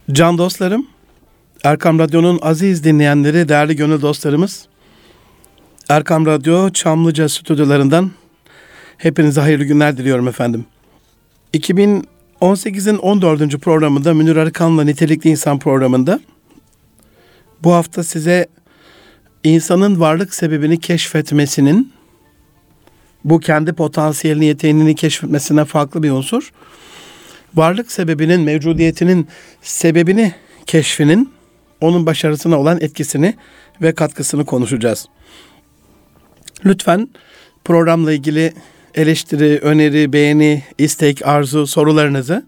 Can dostlarım, Erkam Radyo'nun aziz dinleyenleri, değerli gönül dostlarımız, Erkam Radyo Çamlıca stüdyolarından hepinize hayırlı günler diliyorum efendim. 2018'in 14. programında Münir Arıkan'la Nitelikli İnsan programında bu hafta size insanın varlık sebebini keşfetmesinin, bu kendi potansiyelini, yeteneğini keşfetmesine farklı bir unsur, varlık sebebinin, mevcudiyetinin sebebini keşfinin, onun başarısına olan etkisini ve katkısını konuşacağız. Lütfen programla ilgili eleştiri, öneri, beğeni, istek, arzu, sorularınızı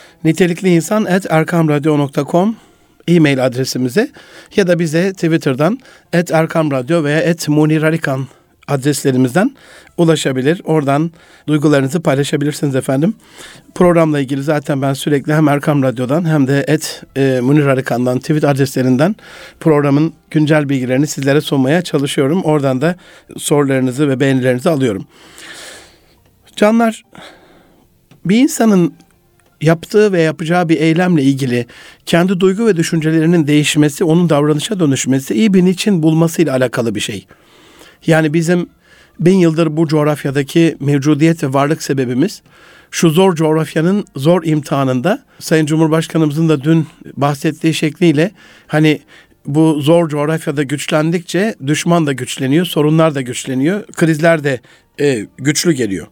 nitelikliinsan@erkamradyo.com e-mail adresimize ya da bize Twitter'dan @erkamradyo veya @munirarikan adreslerimizden ulaşabilir. Oradan duygularınızı paylaşabilirsiniz efendim. Programla ilgili zaten ben sürekli hem Erkam Radyo'dan hem de Munir Arıkan'dan, tweet adreslerinden programın güncel bilgilerini sizlere sunmaya çalışıyorum. Oradan da sorularınızı ve beğenilerinizi alıyorum. Canlar, bir insanın yaptığı ve yapacağı bir eylemle ilgili kendi duygu ve düşüncelerinin değişmesi, onun davranışa dönüşmesi, iyi bir niçin bulmasıyla alakalı bir şey. Yani bizim 1000 yıldır bu coğrafyadaki mevcudiyet ve varlık sebebimiz, şu zor coğrafyanın zor imtihanında Sayın Cumhurbaşkanımızın da dün bahsettiği şekliyle hani bu zor coğrafyada güçlendikçe düşman da güçleniyor, sorunlar da güçleniyor, krizler de güçlü geliyor.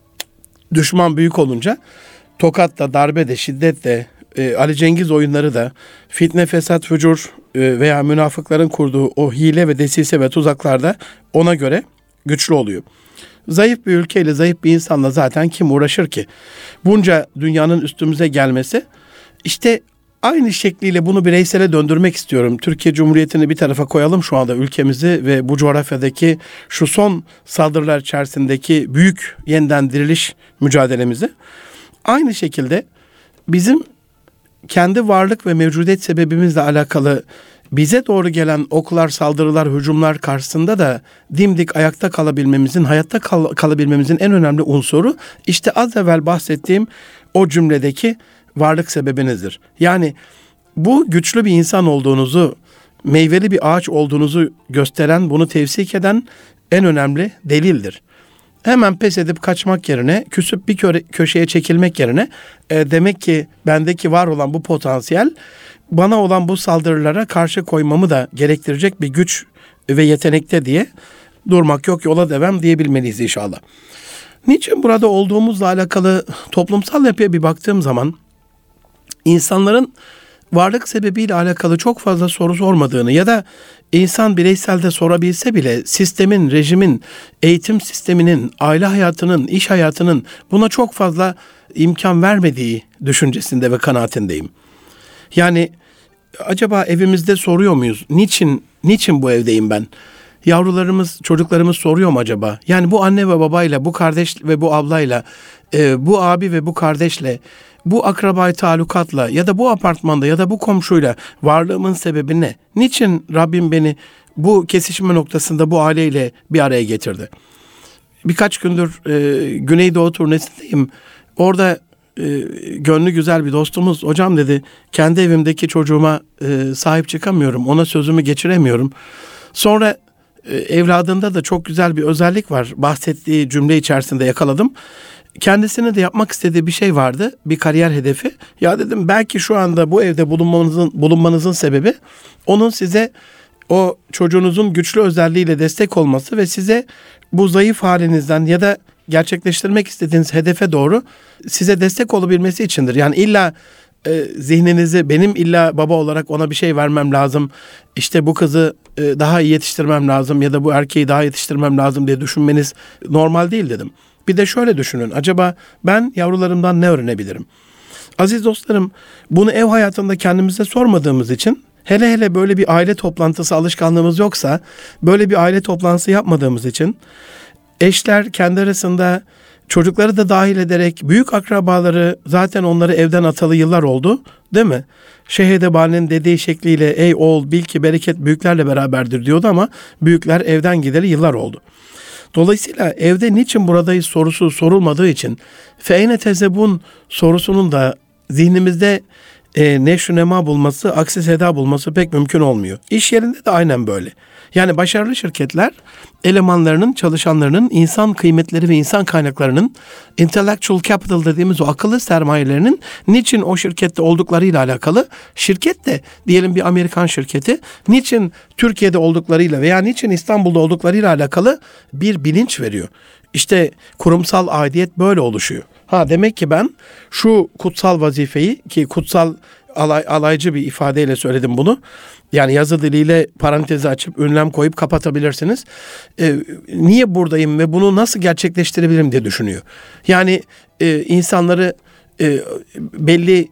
Düşman büyük olunca tokat da, darbe de, şiddet de, Ali Cengiz oyunları da, fitne, fesat, fücur veya münafıkların kurduğu o hile ve desise ve tuzaklar da ona göre güçlü oluyor. Zayıf bir ülkeyle, zayıf bir insanla zaten kim uğraşır ki? Bunca dünyanın üstümüze gelmesi, işte aynı şekliyle bunu bireysele döndürmek istiyorum. Türkiye Cumhuriyeti'ni bir tarafa koyalım şu anda, ülkemizi ve bu coğrafyadaki şu son saldırılar içerisindeki büyük yeniden diriliş mücadelemizi. Aynı şekilde bizim kendi varlık ve mevcudiyet sebebimizle alakalı bize doğru gelen oklar, saldırılar, hücumlar karşısında da dimdik ayakta kalabilmemizin, hayatta kalabilmemizin en önemli unsuru işte az evvel bahsettiğim o cümledeki varlık sebebinizdir. Yani bu güçlü bir insan olduğunuzu, meyveli bir ağaç olduğunuzu gösteren, bunu tevsik eden en önemli delildir. Hemen pes edip kaçmak yerine, küsüp bir köşeye çekilmek yerine demek ki bendeki var olan bu potansiyel bana olan bu saldırılara karşı koymamı da gerektirecek bir güç ve yetenekte diye durmak yok, yola devam diyebilmeliyiz inşallah. Niçin burada olduğumuzla alakalı toplumsal yapıya bir baktığım zaman insanların varlık sebebiyle alakalı çok fazla soru sormadığını ya da insan bireyselde sorabilse bile sistemin, rejimin, eğitim sisteminin, aile hayatının, iş hayatının buna çok fazla imkan vermediği düşüncesinde ve kanaatindeyim. Yani acaba evimizde soruyor muyuz? Niçin bu evdeyim ben? Yavrularımız, çocuklarımız soruyor mu acaba? Yani bu anne ve babayla, bu kardeş ve bu ablayla, bu abi ve bu kardeşle, bu akrabayı talukatla ya da bu apartmanda ya da bu komşuyla varlığımın sebebi ne? Niçin Rabbim beni bu kesişme noktasında bu aileyle bir araya getirdi? Birkaç gündür Güneydoğu turnesindeyim. Orada gönlü güzel bir dostumuz, hocam dedi, kendi evimdeki çocuğuma sahip çıkamıyorum, ona sözümü geçiremiyorum. Sonra evladında da çok güzel bir özellik var. Bahsettiği cümle içerisinde yakaladım. Kendisine de yapmak istediği bir şey vardı. Bir kariyer hedefi. Ya dedim, belki şu anda bu evde bulunmanızın sebebi onun size o çocuğunuzun güçlü özelliğiyle destek olması ve size bu zayıf halinizden ya da gerçekleştirmek istediğiniz hedefe doğru size destek olabilmesi içindir. Yani illa zihninizi benim illa baba olarak ona bir şey vermem lazım, İşte bu kızı daha iyi yetiştirmem lazım ya da bu erkeği daha yetiştirmem lazım diye düşünmeniz normal değil dedim. Bir de şöyle düşünün, acaba ben yavrularımdan ne öğrenebilirim? Aziz dostlarım, bunu ev hayatında kendimize sormadığımız için, hele hele böyle bir aile toplantısı alışkanlığımız yoksa, böyle bir aile toplantısı yapmadığımız için, eşler kendi arasında çocukları da dahil ederek, büyük akrabaları zaten onları evden atalı yıllar oldu, değil mi? Şeyh Edebali'nin dediği şekliyle ey oğul bil ki bereket büyüklerle beraberdir diyordu ama büyükler evden gideri yıllar oldu. Dolayısıyla evde niçin buradayız sorusu sorulmadığı için feyne tezebun sorusunun da zihnimizde neşr nema bulması, aksi seda bulması pek mümkün olmuyor. İş yerinde de aynen böyle. Yani başarılı şirketler elemanlarının, çalışanlarının insan kıymetleri ve insan kaynaklarının, intellectual capital dediğimiz o akıllı sermayelerinin niçin o şirkette olduklarıyla alakalı, şirket de diyelim bir Amerikan şirketi niçin Türkiye'de olduklarıyla veya niçin İstanbul'da olduklarıyla alakalı bir bilinç veriyor. İşte kurumsal aidiyet böyle oluşuyor. Demek ki ben şu kutsal vazifeyi, ki kutsal alaycı bir ifadeyle söyledim bunu. Yani yazı diliyle parantezi açıp ünlem koyup kapatabilirsiniz. Niye buradayım ve bunu nasıl gerçekleştirebilirim diye düşünüyor. Yani insanları belli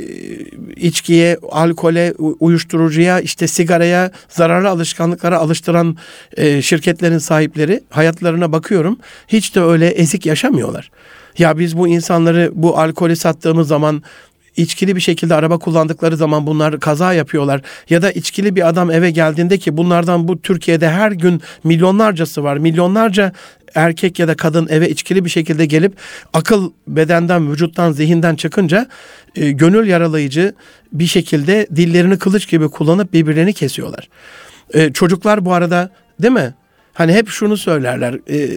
içkiye, alkole, uyuşturucuya, işte sigaraya, zararlı alışkanlıklara alıştıran şirketlerin sahipleri, hayatlarına bakıyorum, hiç de öyle ezik yaşamıyorlar. Ya biz bu insanları bu alkolü sattığımız zaman, içkili bir şekilde araba kullandıkları zaman bunlar kaza yapıyorlar. Ya da içkili bir adam eve geldiğinde, ki bunlardan bu Türkiye'de her gün milyonlarcası var. Milyonlarca erkek ya da kadın eve içkili bir şekilde gelip akıl bedenden, vücuttan, zihinden çıkınca gönül yaralayıcı bir şekilde dillerini kılıç gibi kullanıp birbirlerini kesiyorlar. Çocuklar bu arada, değil mi? Hani hep şunu söylerler,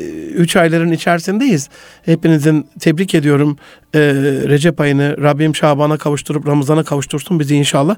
3 ayların içerisindeyiz. Hepinizin tebrik ediyorum. Recep ayını Rabbim Şaban'a kavuşturup Ramazan'a kavuştursun bizi inşallah.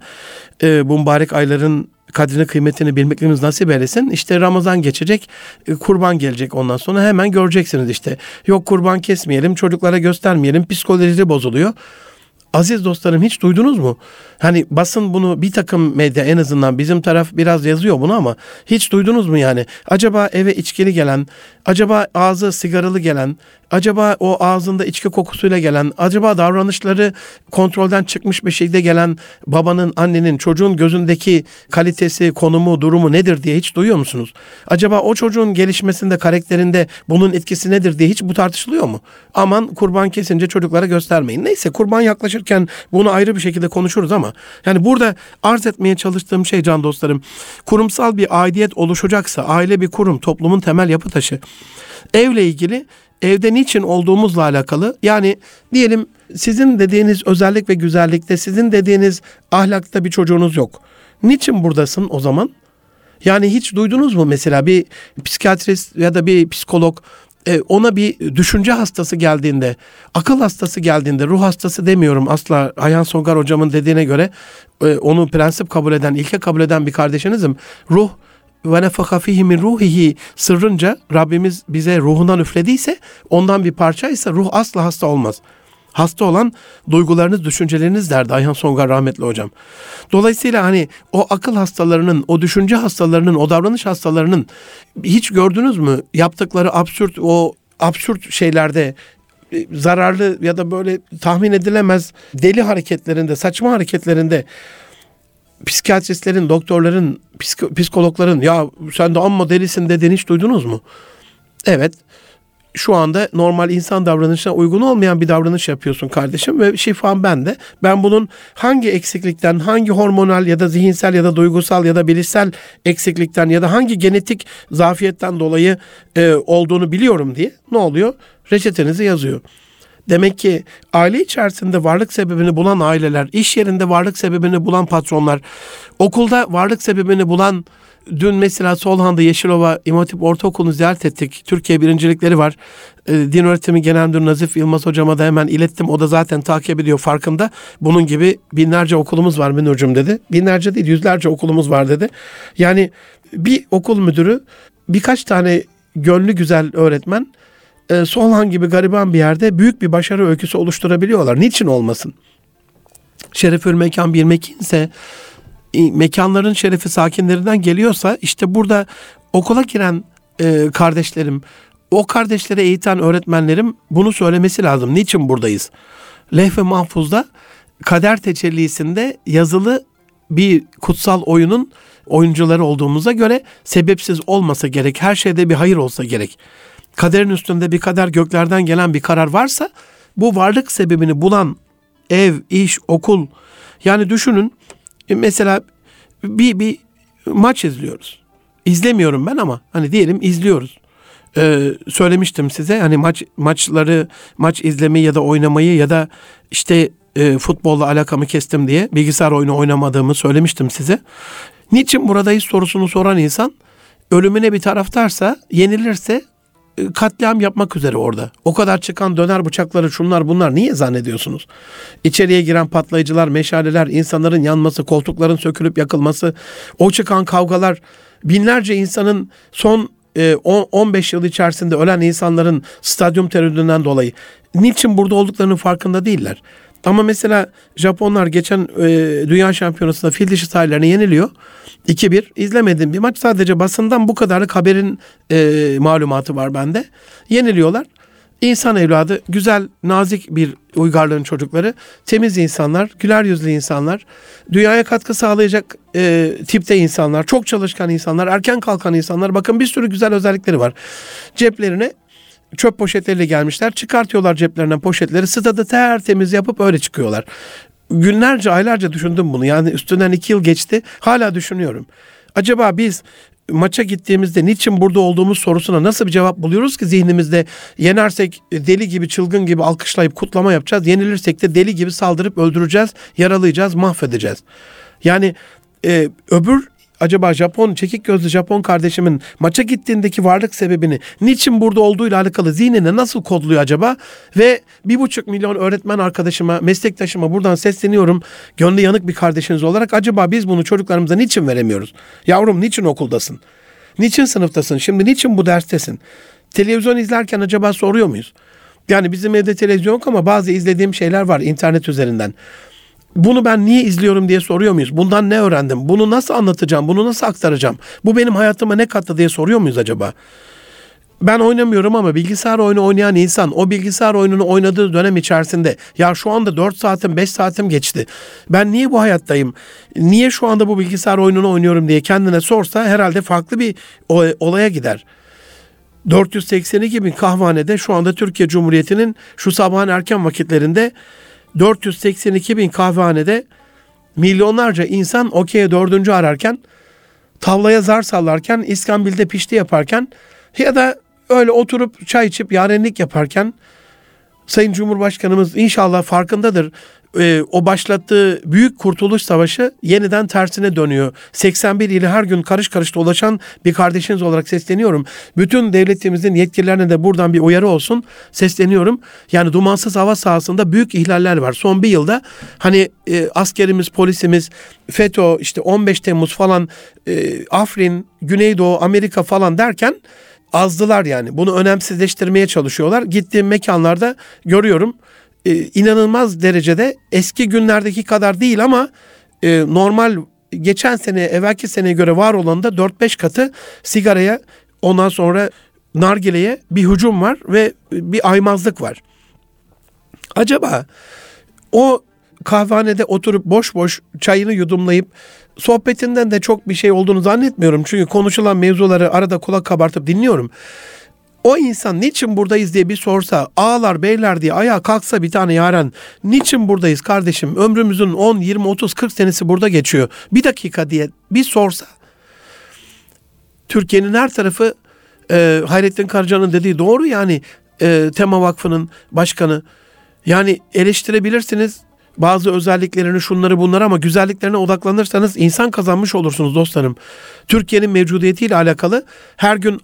Bu mübarek ayların kadrini, kıymetini bilmeklerimiz nasip eylesin. İşte Ramazan geçecek, kurban gelecek, ondan sonra hemen göreceksiniz işte. Yok kurban kesmeyelim, çocuklara göstermeyelim, psikolojileri bozuluyor. Aziz dostlarım, hiç duydunuz mu? Hani basın bunu, bir takım medya, en azından bizim taraf biraz yazıyor bunu, ama hiç duydunuz mu yani? Acaba eve içkili gelen, acaba ağzı sigaralı gelen, acaba o ağzında içki kokusuyla gelen, acaba davranışları kontrolden çıkmış bir şekilde gelen babanın, annenin, çocuğun gözündeki kalitesi, konumu, durumu nedir diye hiç duyuyor musunuz? Acaba o çocuğun gelişmesinde, karakterinde bunun etkisi nedir diye hiç bu tartışılıyor mu? Aman kurban kesince çocuklara göstermeyin. Neyse, kurban yaklaşırken bunu ayrı bir şekilde konuşuruz, ama yani burada arz etmeye çalıştığım şey can dostlarım, kurumsal bir aidiyet oluşacaksa, aile bir kurum, toplumun temel yapı taşı. Evle ilgili, evde niçin olduğumuzla alakalı, yani diyelim sizin dediğiniz özellik ve güzellikte, sizin dediğiniz ahlakta bir çocuğunuz yok. Niçin buradasın o zaman? Yani hiç duydunuz mu mesela bir psikiyatrist ya da bir psikolog ona bir düşünce hastası geldiğinde, akıl hastası geldiğinde, ruh hastası demiyorum asla, Ayhan Songar hocamın dediğine göre onu prensip kabul eden, ilke kabul eden bir kardeşinizim. Ruh ve nefaka fihi min ruhihi sırrınca Rabbimiz bize ruhundan üflediyse, ondan bir parçaysa ruh asla hasta olmaz. Hasta olan duygularınız, düşünceleriniz derdi Ayhan Songar rahmetli hocam. Dolayısıyla hani o akıl hastalarının, o düşünce hastalarının, o davranış hastalarının hiç gördünüz mü yaptıkları absürt şeylerde, zararlı ya da böyle tahmin edilemez deli hareketlerinde, saçma hareketlerinde psikiyatristlerin, doktorların, psikologların ya sen de amma delisin dediğini hiç duydunuz mu? Evet. Şu anda normal insan davranışına uygun olmayan bir davranış yapıyorsun kardeşim ve şifam bende. Ben bunun hangi eksiklikten, hangi hormonal ya da zihinsel ya da duygusal ya da bilişsel eksiklikten ya da hangi genetik zafiyetten dolayı olduğunu biliyorum diye ne oluyor? Reçetenizi yazıyor. Demek ki aile içerisinde varlık sebebini bulan aileler, iş yerinde varlık sebebini bulan patronlar, okulda varlık sebebini bulan, dün mesela Solhan'da Yeşilova İmam Hatip Ortaokulu'nu ziyaret ettik. Türkiye birincilikleri var. Din Öğretimi Genel Müdürü Nazif Yılmaz hocama da hemen ilettim. O da zaten takip ediyor, farkında. Bunun gibi binlerce okulumuz var Münir'cim dedi. Binlerce değil, yüzlerce okulumuz var dedi. Yani bir okul müdürü, birkaç tane gönlü güzel öğretmen Solhan gibi gariban bir yerde büyük bir başarı öyküsü oluşturabiliyorlar. Niçin olmasın? Şerefül mekan bir mekinse, mekanların şerefi sakinlerinden geliyorsa, işte burada okula giren kardeşlerim, o kardeşlere eğiten öğretmenlerim bunu söylemesi lazım. Niçin buradayız? Levh-i Mahfuz'da kader tecellisinde yazılı bir kutsal oyunun oyuncuları olduğumuza göre sebepsiz olmasa gerek. Her şeyde bir hayır olsa gerek. Kaderin üstünde bir kader, göklerden gelen bir karar varsa, bu varlık sebebini bulan ev, iş, okul, yani düşünün mesela bir maç izliyoruz. İzlemiyorum ben ama hani diyelim izliyoruz. Söylemiştim size hani maç izlemeyi ya da oynamayı ya da işte futbolla alakamı kestim diye bilgisayar oyunu oynamadığımı söylemiştim size. Niçin buradayız sorusunu soran insan ölümüne bir taraftarsa, yenilirse katliam yapmak üzere orada. O kadar çıkan döner bıçakları, şunlar bunlar niye zannediyorsunuz? İçeriye giren patlayıcılar, meşaleler, insanların yanması, koltukların sökülüp yakılması, o çıkan kavgalar, binlerce insanın son 15 yıl içerisinde ölen insanların stadyum teröründen dolayı niçin burada olduklarının farkında değiller. Ama mesela Japonlar geçen Dünya Şampiyonası'nda fil dişi sahillerine yeniliyor. 2-1. İzlemedim bir maç. Sadece basından bu kadarlık haberin malumatı var bende. Yeniliyorlar. İnsan evladı, güzel, nazik bir uygarlığın çocukları, temiz insanlar, güler yüzlü insanlar, dünyaya katkı sağlayacak tipte insanlar, çok çalışkan insanlar, erken kalkan insanlar. Bakın bir sürü güzel özellikleri var. Ceplerine çöp poşetleriyle gelmişler. Çıkartıyorlar ceplerinden poşetleri. Stadı tertemiz yapıp öyle çıkıyorlar. Günlerce, aylarca düşündüm bunu. Yani üstünden 2 yıl geçti. Hala düşünüyorum. Acaba biz maça gittiğimizde niçin burada olduğumuz sorusuna nasıl bir cevap buluyoruz ki zihnimizde? Yenersek deli gibi, çılgın gibi alkışlayıp kutlama yapacağız. Yenilirsek de deli gibi saldırıp öldüreceğiz, yaralayacağız, mahvedeceğiz. Yani acaba çekik gözlü Japon kardeşimin maça gittiğindeki varlık sebebini, niçin burada olduğuyla alakalı zihnine nasıl kodluyor acaba? Ve 1,5 milyon öğretmen arkadaşıma, meslektaşıma buradan sesleniyorum. Gönlü yanık bir kardeşiniz olarak acaba biz bunu çocuklarımıza niçin veremiyoruz? Yavrum niçin okuldasın? Niçin sınıftasın? Şimdi niçin bu derstesin? Televizyon izlerken acaba soruyor muyuz? Yani bizim evde televizyon yok ama bazı izlediğim şeyler var internet üzerinden. Bunu ben niye izliyorum diye soruyor muyuz? Bundan ne öğrendim? Bunu nasıl anlatacağım? Bunu nasıl aktaracağım? Bu benim hayatıma ne kattı diye soruyor muyuz acaba? Ben oynamıyorum ama bilgisayar oyunu oynayan insan o bilgisayar oyununu oynadığı dönem içerisinde ya şu anda 4 saatim 5 saatim geçti. Ben niye bu hayattayım? Niye şu anda bu bilgisayar oyununu oynuyorum diye kendine sorsa herhalde farklı bir olaya gider. 482 bin kahvehanede şu anda Türkiye Cumhuriyeti'nin şu sabahın erken vakitlerinde 482 bin kahvehanede milyonlarca insan okey'e dördüncü ararken, tavlaya zar sallarken, iskambilde pişti yaparken ya da öyle oturup çay içip yarenlik yaparken Sayın Cumhurbaşkanımız inşallah farkındadır. O başlattığı büyük kurtuluş savaşı yeniden tersine dönüyor. 81 ili her gün karış karış dolaşan bir kardeşiniz olarak sesleniyorum. Bütün devletimizin yetkililerine de buradan bir uyarı olsun. Sesleniyorum. Yani dumansız hava sahasında büyük ihlaller var. Son bir yılda hani askerimiz, polisimiz, FETÖ, işte 15 Temmuz falan, Afrin, Güneydoğu, Amerika falan derken azdılar yani. Bunu önemsizleştirmeye çalışıyorlar. Gittiğim mekanlarda görüyorum. İnanılmaz derecede eski günlerdeki kadar değil ama normal geçen sene, evvelki seneye göre var olan da 4-5 katı sigaraya, ondan sonra nargileye bir hücum var ve bir aymazlık var. Acaba o kahvehanede oturup boş boş çayını yudumlayıp sohbetinden de çok bir şey olduğunu zannetmiyorum. Çünkü konuşulan mevzuları arada kulak kabartıp dinliyorum. O insan niçin buradayız diye bir sorsa, ağlar beyler diye ayağa kalksa bir tane yaren, niçin buradayız kardeşim, ömrümüzün 10, 20, 30, 40 senesi burada geçiyor, bir dakika diye bir sorsa, Türkiye'nin her tarafı Hayrettin Karaca'nın dediği doğru yani, Tema Vakfı'nın başkanı, yani eleştirebilirsiniz bazı özelliklerini, şunları bunları, ama güzelliklerine odaklanırsanız insan kazanmış olursunuz dostlarım. Türkiye'nin mevcudiyetiyle alakalı her gün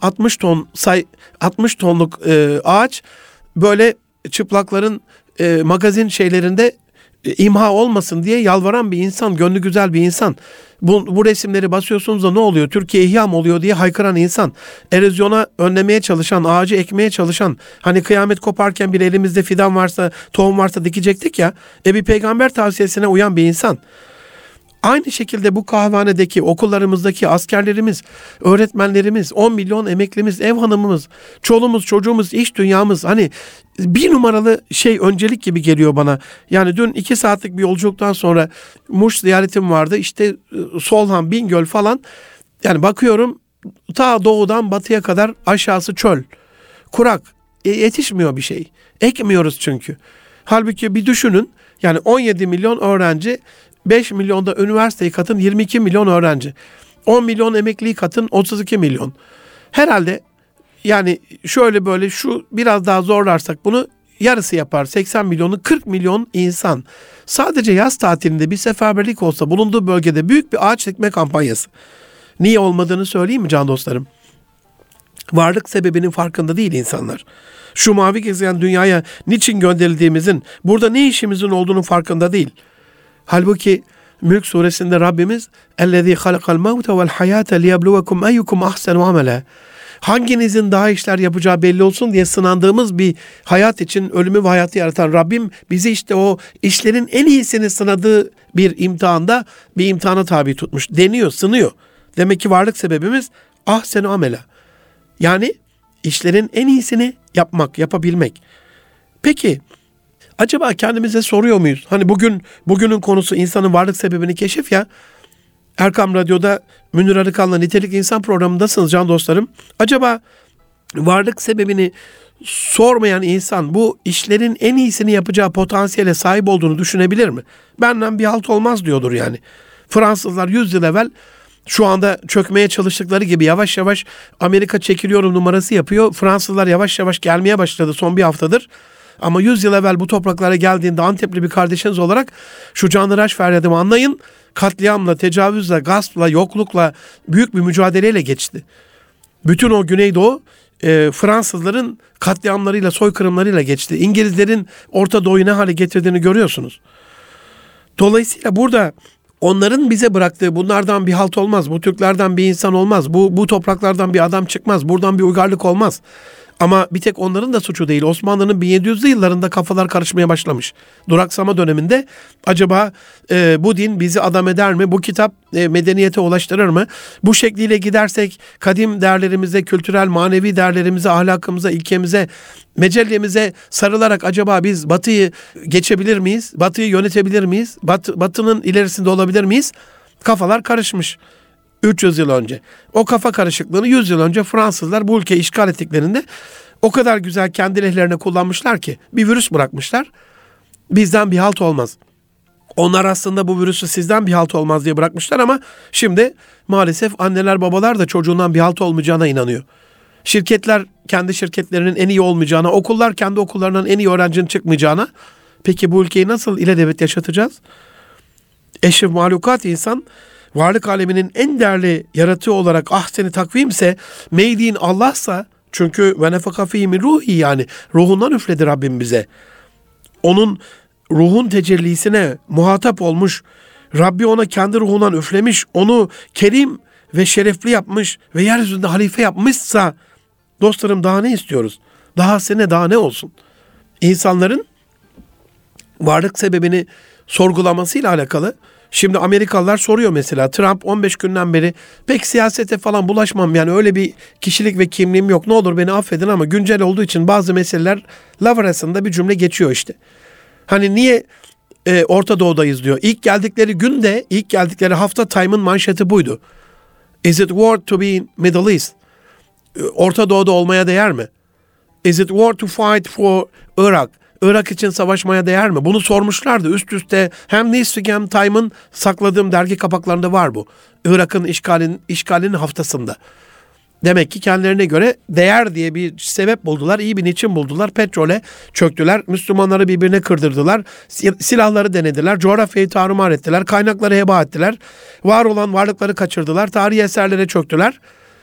60 tonluk ağaç böyle çıplakların magazin şeylerinde imha olmasın diye yalvaran bir insan, gönlü güzel bir insan. Bu resimleri basıyorsunuz da ne oluyor? Türkiye ihya mı oluyor diye haykıran insan. Erozyona önlemeye çalışan, ağacı ekmeye çalışan, hani kıyamet koparken bir elimizde fidan varsa, tohum varsa dikecektik ya, bir peygamber tavsiyesine uyan bir insan. Aynı şekilde bu kahvehanedeki, okullarımızdaki askerlerimiz, öğretmenlerimiz, 10 milyon emeklimiz, ev hanımımız, çoluğumuz, çocuğumuz, iş dünyamız, hani bir numaralı şey, öncelik gibi geliyor bana. Yani dün 2 saatlik bir yolculuktan sonra Muş ziyaretim vardı. İşte Solhan, Bingöl falan. Yani bakıyorum ta doğudan batıya kadar aşağısı çöl, kurak, yetişmiyor bir şey. Ekmiyoruz çünkü. Halbuki bir düşünün, yani 17 milyon öğrenci, 5 milyonda üniversiteyi katın 22 milyon öğrenci. 10 milyon emekliyi katın 32 milyon. Herhalde yani şöyle böyle şu biraz daha zorlarsak bunu yarısı yapar 80 milyonu 40 milyon insan sadece yaz tatilinde bir seferberlik olsa bulunduğu bölgede büyük bir ağaç dikme kampanyası. Niye olmadığını söyleyeyim mi can dostlarım? Varlık sebebinin farkında değil insanlar. Şu mavi gezegen dünyaya niçin gönderildiğimizin, burada ne işimizin olduğunun farkında değil. Halbuki Mülk suresinde Rabbimiz اَلَّذ۪ي خَلَقَ الْمَوْتَ وَالْحَيَاةَ لِيَبْلُوَكُمْ اَيُّكُمْ اَحْسَنُ عَمَلًا. Hanginizin daha işler yapacağı belli olsun diye sınandığımız bir hayat için ölümü ve hayatı yaratan Rabbim bizi işte o işlerin en iyisini sınadığı bir imtihanda, bir imtihana tabi tutmuş. Deniyor, sınıyor. Demek ki varlık sebebimiz ahsenu amela. Yani işlerin en iyisini yapmak, yapabilmek. Peki acaba kendimize soruyor muyuz? Hani bugünün konusu insanın varlık sebebini keşif ya. Erkam Radyo'da Münir Arıkan'la Nitelik İnsan programındasınız can dostlarım. Acaba varlık sebebini sormayan insan bu işlerin en iyisini yapacağı potansiyele sahip olduğunu düşünebilir mi? Benden bir halt olmaz diyordur yani. Fransızlar 100 yıl evvel şu anda çökmeye çalıştıkları gibi yavaş yavaş Amerika çekiliyorum numarası yapıyor. Fransızlar yavaş yavaş gelmeye başladı son bir haftadır. Ama 100 yıl evvel bu topraklara geldiğinde Antepli bir kardeşiniz olarak şu canhıraş feryadımı anlayın. Katliamla, tecavüzle, gaspla, yoklukla büyük bir mücadeleyle geçti. Bütün o Güneydoğu Fransızların katliamlarıyla, soykırımlarıyla geçti. İngilizlerin Orta Doğu'yu ne hale getirdiğini görüyorsunuz. Dolayısıyla burada onların bize bıraktığı bunlardan bir halt olmaz. Bu Türklerden bir insan olmaz. Bu topraklardan bir adam çıkmaz. Buradan bir uygarlık olmaz. Ama bir tek onların da suçu değil. Osmanlı'nın 1700'lü yıllarında kafalar karışmaya başlamış. Duraksama döneminde acaba bu din bizi adam eder mi? Bu kitap medeniyete ulaştırır mı? Bu şekliyle gidersek kadim değerlerimize, kültürel, manevi değerlerimize, ahlakımıza, ilkemize, mecellemize sarılarak acaba biz Batı'yı geçebilir miyiz? Batı'yı yönetebilir miyiz? Batı'nın ilerisinde olabilir miyiz? Kafalar karışmış. 300 yıl önce. O kafa karışıklığını 100 yıl önce Fransızlar bu ülkeyi işgal ettiklerinde o kadar güzel kendi lehlerine kullanmışlar ki bir virüs bırakmışlar. Bizden bir halt olmaz. Onlar aslında bu virüsü sizden bir halt olmaz diye bırakmışlar ama şimdi maalesef anneler babalar da çocuğundan bir halt olmayacağına inanıyor. Şirketler kendi şirketlerinin en iyi olmayacağına, okullar kendi okullarından en iyi öğrencinin çıkmayacağına. Peki bu ülkeyi nasıl ilelebet yaşatacağız? Eşref mahlukat insan varlık aleminin en değerli yaratığı olarak ahseni takvimse, meydin Allah'sa, çünkü ve nefaka fî min ruhi yani ruhundan üfledi Rabbim bize. Onun ruhun tecellisine muhatap olmuş, Rabbi ona kendi ruhundan üflemiş, onu kerim ve şerefli yapmış ve yeryüzünde halife yapmışsa, dostlarım daha ne istiyoruz? Daha ne olsun? İnsanların varlık sebebini sorgulamasıyla alakalı. Şimdi Amerikalılar soruyor mesela, Trump 15 günden beri pek siyasete falan bulaşmam, yani öyle bir kişilik ve kimliğim yok, ne olur beni affedin ama güncel olduğu için bazı meseleler laf arasında bir cümle geçiyor işte. Hani niye Orta Doğu'dayız diyor. İlk geldikleri hafta Time'ın manşeti buydu. Is it worth to be in Middle East? Orta Doğu'da olmaya değer mi? Is it worth to fight for Iraq? Irak için savaşmaya değer mi? Bunu sormuşlardı üst üste. Hem Newsweek hem Time'ın sakladığım dergi kapaklarında var bu. Irak'ın işgalinin haftasında. Demek ki kendilerine göre değer diye bir sebep buldular. İyi bir niçin buldular. Petrole çöktüler. Müslümanları birbirine kırdırdılar. Silahları denediler. Coğrafyayı tarumar ettiler. Kaynakları heba ettiler. Var olan varlıkları kaçırdılar. Tarihi eserlere çöktüler.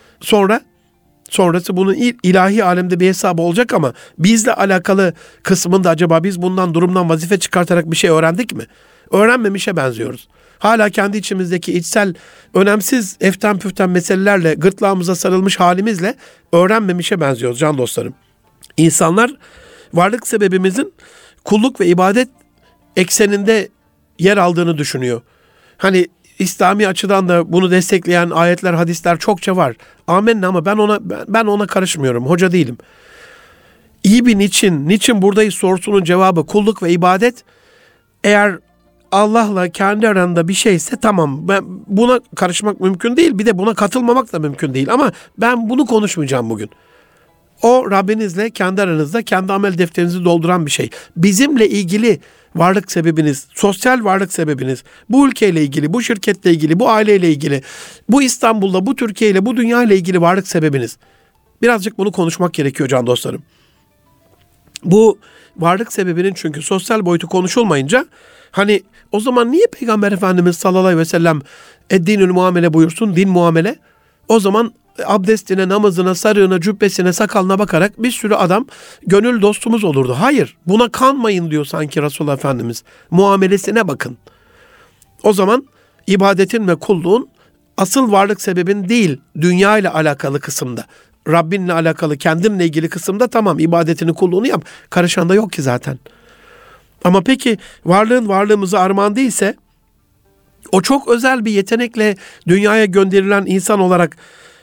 Sonrası bunun ilahi alemde bir hesabı olacak ama bizle alakalı kısmında acaba biz bundan, durumdan vazife çıkartarak bir şey öğrendik mi? Öğrenmemişe benziyoruz. Hala kendi içimizdeki içsel, önemsiz, eften püften meselelerle, gırtlağımıza sarılmış halimizle öğrenmemişe benziyoruz can dostlarım. İnsanlar varlık sebebimizin kulluk ve ibadet ekseninde yer aldığını düşünüyor. Hani İslami açıdan da bunu destekleyen ayetler, hadisler çokça var. Amenna, ama ben ona karışmıyorum. Hoca değilim. İyi bir niçin buradayız sorusunun cevabı kulluk ve ibadet. Eğer Allah'la kendi aranda bir şeyse tamam. Ben buna karışmak mümkün değil. Bir de buna katılmamak da mümkün değil. Ama ben bunu konuşmayacağım bugün. O Rabbinizle kendi aranızda kendi amel defterinizi dolduran bir şey. Bizimle ilgili varlık sebebiniz, sosyal varlık sebebiniz, bu ülkeyle ilgili, bu şirketle ilgili, bu aileyle ilgili, bu İstanbul'la, bu Türkiye'yle, bu dünyayla ilgili varlık sebebiniz. Birazcık bunu konuşmak gerekiyor can dostlarım. Bu varlık sebebinin çünkü sosyal boyutu konuşulmayınca hani o zaman niye Peygamber Efendimiz sallallahu aleyhi ve sellem eddinül muamele buyursun, din muamele? O zaman abdestine, namazına, sarığına, cübbesine, sakalına bakarak bir sürü adam gönül dostumuz olurdu. Hayır, buna kanmayın diyor sanki Resulullah Efendimiz. Muamelesine bakın. O zaman ibadetin ve kulluğun asıl varlık sebebin değil, dünya ile alakalı kısımda. Rabbinle alakalı, kendinle ilgili kısımda tamam, ibadetini, kulluğunu yap. Karışan da yok ki zaten. Ama peki varlığın varlığımıza armağan değilse, o çok özel bir yetenekle dünyaya gönderilen insan olarak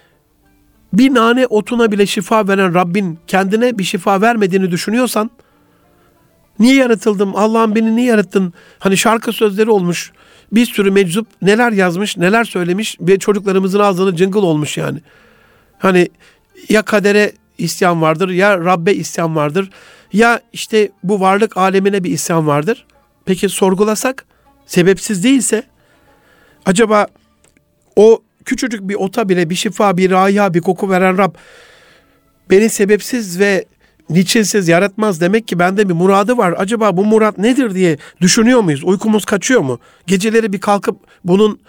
bir nane otuna bile şifa veren Rabbin kendine bir şifa vermediğini düşünüyorsan, niye yaratıldım? Allah'ım beni niye yarattın? Hani şarkı sözleri olmuş. Bir sürü meczup neler yazmış, neler söylemiş ve çocuklarımızın ağzına cıngıl olmuş yani. Hani ya kadere isyan vardır, ya Rabbe isyan vardır, ya işte bu varlık alemine bir isyan vardır. Peki sorgulasak, sebepsiz değilse, acaba o küçücük bir ota bile bir şifa, bir raya, bir koku veren Rab beni sebepsiz ve niçinsiz yaratmaz, demek ki bende bir muradı var. Acaba bu murat nedir diye düşünüyor muyuz? Uykumuz kaçıyor mu? Geceleri bir kalkıp bunun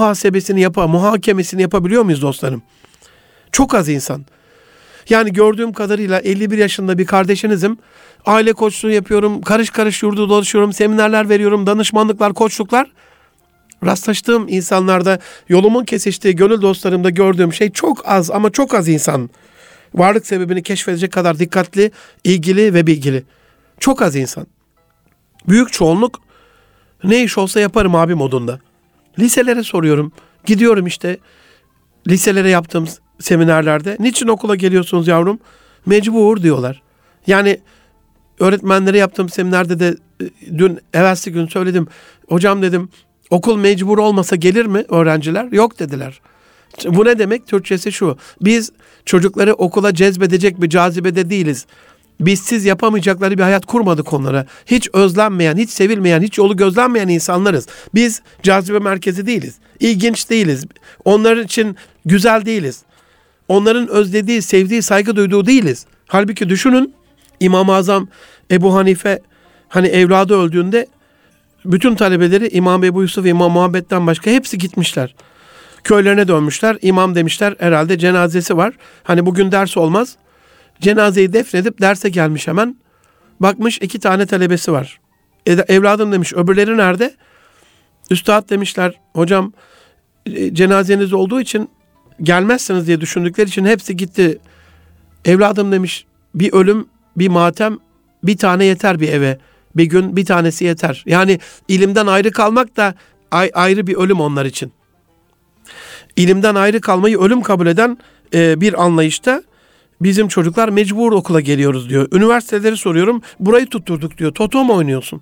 muhakemesini yapabiliyor muyuz dostlarım? Çok az insan. Yani gördüğüm kadarıyla 51 yaşında bir kardeşinizim. Aile koçluğu yapıyorum, karış karış yurdu dolaşıyorum, seminerler veriyorum, danışmanlıklar, koçluklar. Rastlaştığım insanlarda, yolumun kesiştiği gönül dostlarımda gördüğüm şey çok az ama çok az insan. Varlık sebebini keşfedecek kadar dikkatli, ilgili ve bilgili. Çok az insan. Büyük çoğunluk ne iş olsa yaparım abi modunda. Liselere soruyorum. Gidiyorum işte liselere yaptığım seminerlerde. Niçin okula geliyorsunuz yavrum? Mecbur diyorlar. Yani öğretmenlere yaptığım seminerde de evvelsi gün söyledim. Hocam dedim, okul mecbur olmasa gelir mi öğrenciler? Yok dediler. Bu ne demek? Türkçesi şu: biz çocukları okula cezbedecek bir cazibede değiliz. Bizsiz yapamayacakları bir hayat kurmadık onlara. Hiç özlenmeyen, hiç sevilmeyen, hiç yolu gözlenmeyen insanlarız. Biz cazibe merkezi değiliz. İlginç değiliz. Onlar için güzel değiliz. Onların özlediği, sevdiği, saygı duyduğu değiliz. Halbuki düşünün, İmam-ı Azam Ebu Hanife hani evladı öldüğünde bütün talebeleri İmam Ebu Yusuf ve İmam Muhammed'den başka hepsi gitmişler. Köylerine dönmüşler. İmam demişler herhalde cenazesi var. Hani bugün ders olmaz. Cenazeyi defnedip derse gelmiş hemen. Bakmış 2 tane talebesi var. Evladım demiş, öbürleri nerede? Üstad demişler, hocam cenazeniz olduğu için gelmezsiniz diye düşündükleri için hepsi gitti. Evladım demiş, bir ölüm, bir matem, bir tane yeter bir eve. Bir gün bir tanesi yeter. Yani ilimden ayrı kalmak da ayrı bir ölüm onlar için. İlimden ayrı kalmayı ölüm kabul eden bir anlayışta bizim çocuklar mecbur okula geliyoruz diyor. Üniversiteleri soruyorum, burayı tutturduk diyor. Toto mu oynuyorsun?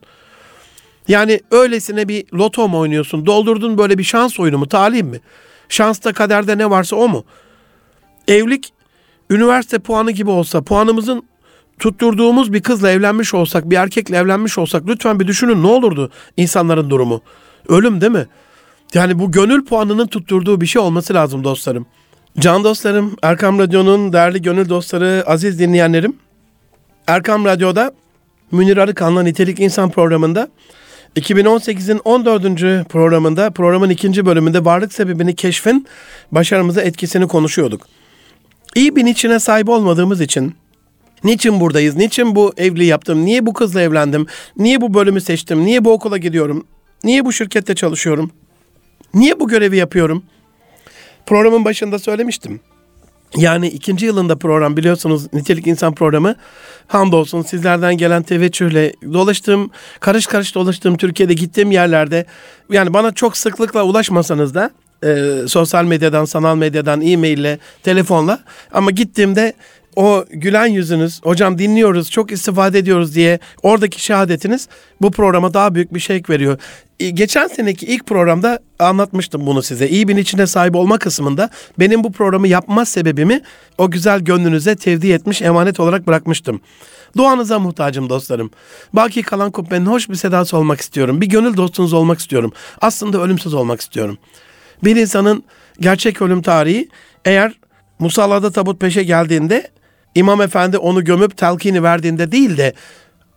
Yani öylesine bir loto mu oynuyorsun? Doldurdun böyle bir şans oyunu mu? Talih mi? Şansta, kaderde ne varsa o mu? Evlilik üniversite puanı gibi olsa, puanımızın tutturduğumuz bir kızla evlenmiş olsak, bir erkekle evlenmiş olsak, lütfen bir düşünün, ne olurdu insanların durumu? Ölüm değil mi? Yani bu gönül puanının tutturduğu bir şey olması lazım dostlarım. Can dostlarım, Erkam Radyo'nun değerli gönül dostları, aziz dinleyenlerim. Erkam Radyo'da Münir Arıkan'la Nitelik İnsan programında 2018'in 14. programında, programın 2. bölümünde varlık sebebini keşfin başarımıza etkisini konuşuyorduk. İyi bir niçine sahip olmadığımız için, niçin buradayız, niçin bu evliliği yaptım, niye bu kızla evlendim, niye bu bölümü seçtim, niye bu okula gidiyorum, niye bu şirkette çalışıyorum, niye bu görevi yapıyorum? Programın başında söylemiştim. Yani 2. yılında program, biliyorsunuz Nitelik İnsan programı, hamdolsun sizlerden gelen teveccühle dolaştığım, karış karış dolaştığım Türkiye'de gittiğim yerlerde, yani bana çok sıklıkla ulaşmasanız da sosyal medyadan, sanal medyadan, e-maille, telefonla, ama gittiğimde o gülen yüzünüz, hocam dinliyoruz, çok istifade ediyoruz diye oradaki şehadetiniz bu programa daha büyük bir şevk veriyor. Geçen seneki ilk programda anlatmıştım bunu size. İyi bir içine sahip olma kısmında benim bu programı yapma sebebimi o güzel gönlünüze tevdi etmiş, emanet olarak bırakmıştım. Duanıza muhtacım dostlarım. Baki kalan kubbenin hoş bir sedası olmak istiyorum. Bir gönül dostunuz olmak istiyorum. Aslında ölümsüz olmak istiyorum. Bir insanın gerçek ölüm tarihi, eğer musallada tabut peşe geldiğinde İmam Efendi onu gömüp telkini verdiğinde değil de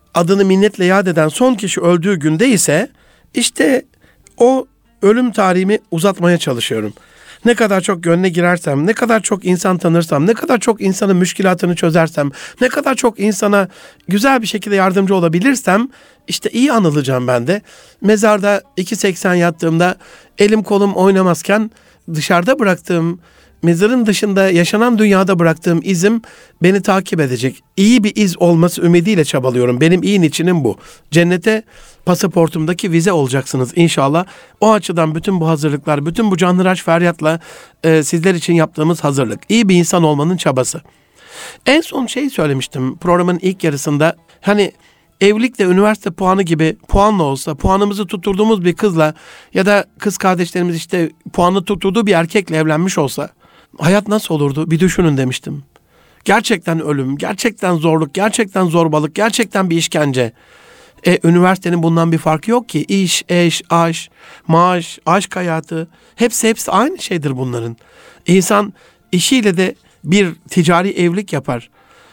adını minnetle yad eden son kişi öldüğü günde ise işte o ölüm tarihimi uzatmaya çalışıyorum. Ne kadar çok gönlüne girersem, ne kadar çok insan tanırsam, ne kadar çok insanın müşkilatını çözersem, ne kadar çok insana güzel bir şekilde yardımcı olabilirsem işte iyi anılacağım ben de. Mezarda 2.80 yattığımda elim kolum oynamazken dışarıda bıraktığım, mezarın dışında yaşanan dünyada bıraktığım izim beni takip edecek. İyi bir iz olması ümidiyle çabalıyorum. Benim iyi niçinim bu. Cennete pasaportumdaki vize olacaksınız inşallah. O açıdan bütün bu hazırlıklar, bütün bu canhıraş feryatla sizler için yaptığımız hazırlık. İyi bir insan olmanın çabası. En son söylemiştim programın ilk yarısında. Hani evlilik de üniversite puanı gibi puanla olsa, puanımızı tutturduğumuz bir kızla ya da kız kardeşlerimiz işte puanı tutturduğu bir erkekle evlenmiş olsa hayat nasıl olurdu? Bir düşünün demiştim. Gerçekten ölüm, gerçekten zorluk, gerçekten zorbalık, gerçekten bir işkence. Üniversitenin bundan bir farkı yok ki. İş, eş, aş, maaş, aşk hayatı hepsi aynı şeydir bunların. İnsan işiyle de bir ticari evlilik yapar.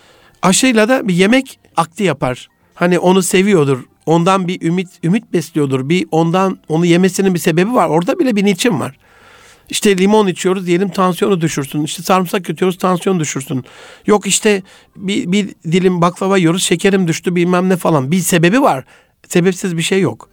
Aşıyla da bir yemek akdi yapar. Hani onu seviyordur. Ondan bir ümit besliyordur. Bir onu yemesinin bir sebebi var. Orada bile bir niçin var. İşte limon içiyoruz diyelim tansiyonu düşürsün. İşte sarımsak yutuyoruz tansiyonu düşürsün. Yok işte bir dilim baklava yiyoruz şekerim düştü bilmem ne falan. Bir sebebi var. Sebepsiz bir şey yok.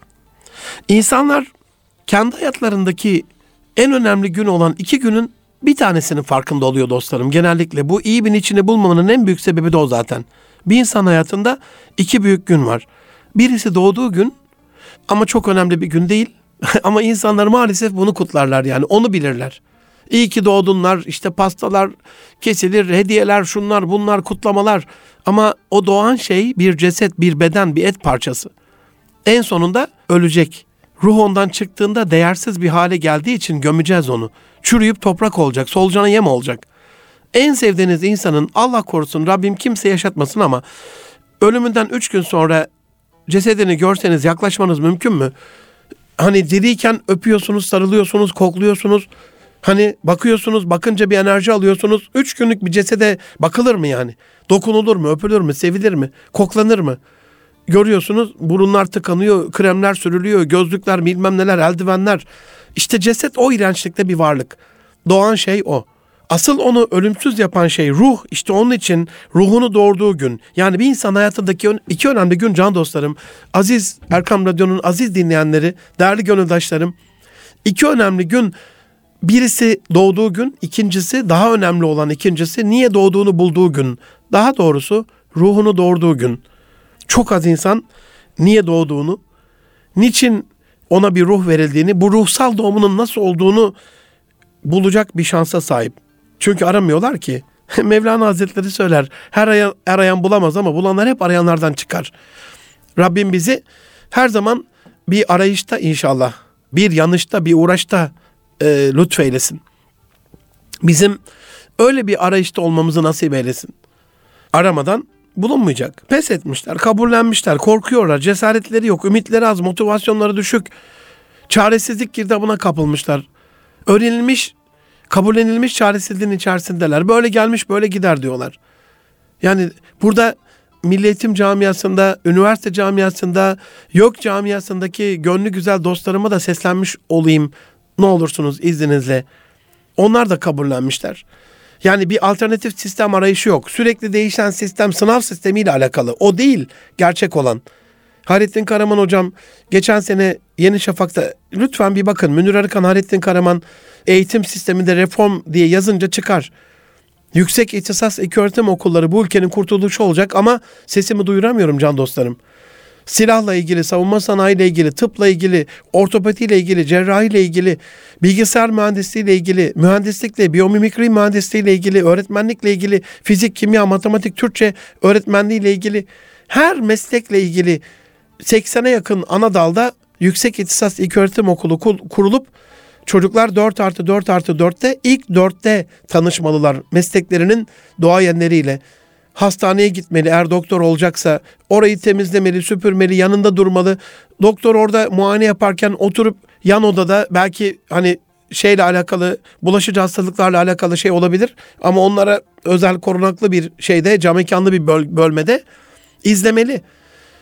İnsanlar kendi hayatlarındaki en önemli gün olan 2 günün bir tanesinin farkında oluyor dostlarım. Genellikle bu iyi bir niçini bulmamanın en büyük sebebi de o zaten. Bir insan hayatında 2 büyük gün var. Birisi doğduğu gün ama çok önemli bir gün değil. Ama insanlar maalesef bunu kutlarlar yani onu bilirler. İyi ki doğdunlar işte pastalar kesilir, hediyeler şunlar bunlar kutlamalar. Ama o doğan şey bir ceset, bir beden, bir et parçası. En sonunda ölecek. Ruh ondan çıktığında değersiz bir hale geldiği için gömeceğiz onu. Çürüyüp toprak olacak, solucana yem olacak. En sevdiğiniz insanın Allah korusun Rabbim kimse yaşatmasın ama ölümünden 3 gün sonra cesedini görseniz yaklaşmanız mümkün mü? Hani diriyken öpüyorsunuz, sarılıyorsunuz, kokluyorsunuz. Hani bakıyorsunuz, bakınca bir enerji alıyorsunuz. 3 günlük bir cesede bakılır mı yani? Dokunulur mu, öpülür mü, sevilir mi, koklanır mı? Görüyorsunuz burunlar tıkanıyor, kremler sürülüyor, gözlükler bilmem neler, eldivenler. İşte ceset o iğrençlikte bir varlık. Doğan şey o. Asıl onu ölümsüz yapan şey ruh. İşte onun için ruhunu doğurduğu gün. Yani bir insan hayatındaki 2 önemli gün can dostlarım. Aziz Erkam Radyo'nun aziz dinleyenleri, değerli gönüldaşlarım. 2 önemli gün. Birisi doğduğu gün, ikincisi daha önemli olan ikincisi niye doğduğunu bulduğu gün. Daha doğrusu ruhunu doğurduğu gün. Çok az insan niye doğduğunu, niçin ona bir ruh verildiğini, bu ruhsal doğumunun nasıl olduğunu bulacak bir şansa sahip. Çünkü aramıyorlar ki. Mevlana Hazretleri söyler. Her arayan bulamaz ama bulanlar hep arayanlardan çıkar. Rabbim bizi her zaman bir arayışta inşallah, bir yanışta, bir uğraşta lütfeylesin. Bizim öyle bir arayışta olmamızı nasip eylesin. Aramadan bulunmayacak. Pes etmişler, kabullenmişler, korkuyorlar, cesaretleri yok, ümitleri az, motivasyonları düşük. Çaresizlik girdabına kapılmışlar. Öğrenilmiş, kabullenilmiş çaresizliğin içerisindeler. Böyle gelmiş, böyle gider diyorlar. Yani burada Milli Eğitim camiasında, üniversite camiasında, yok camiasındaki gönlü güzel dostlarıma da seslenmiş olayım. Ne olursunuz izninizle. Onlar da kabullenmişler. Yani bir alternatif sistem arayışı yok. Sürekli değişen sistem sınav sistemiyle alakalı. O değil gerçek olan. Hayrettin Karaman hocam geçen sene Yeni Şafak'ta lütfen bir bakın. Münir Arıkan, Hayrettin Karaman eğitim sisteminde reform diye yazınca çıkar. Yüksek ihtisas ilköğretim okulları bu ülkenin kurtuluşu olacak ama sesimi duyuramıyorum can dostlarım. Silahla ilgili, savunma sanayiyle ilgili, tıpla ilgili, ortopediyle ilgili, cerrahiyle ilgili, bilgisayar mühendisliğiyle ilgili, mühendislikle, biyomimikri mühendisliğiyle ilgili, öğretmenlikle ilgili, fizik, kimya, matematik, Türkçe öğretmenliğiyle ilgili, her meslekle ilgili 80'e yakın ana dalda Yüksek İhtisas İlköğretim Okulu kurulup çocuklar 4+4+4'te ilk 4'te tanışmalılar mesleklerinin duayenleriyle. Hastaneye gitmeli eğer doktor olacaksa, orayı temizlemeli, süpürmeli, yanında durmalı. Doktor orada muayene yaparken oturup yan odada belki hani şeyle alakalı, bulaşıcı hastalıklarla alakalı şey olabilir. Ama onlara özel korunaklı bir şeyde, cam mekanlı bir bölmede izlemeli.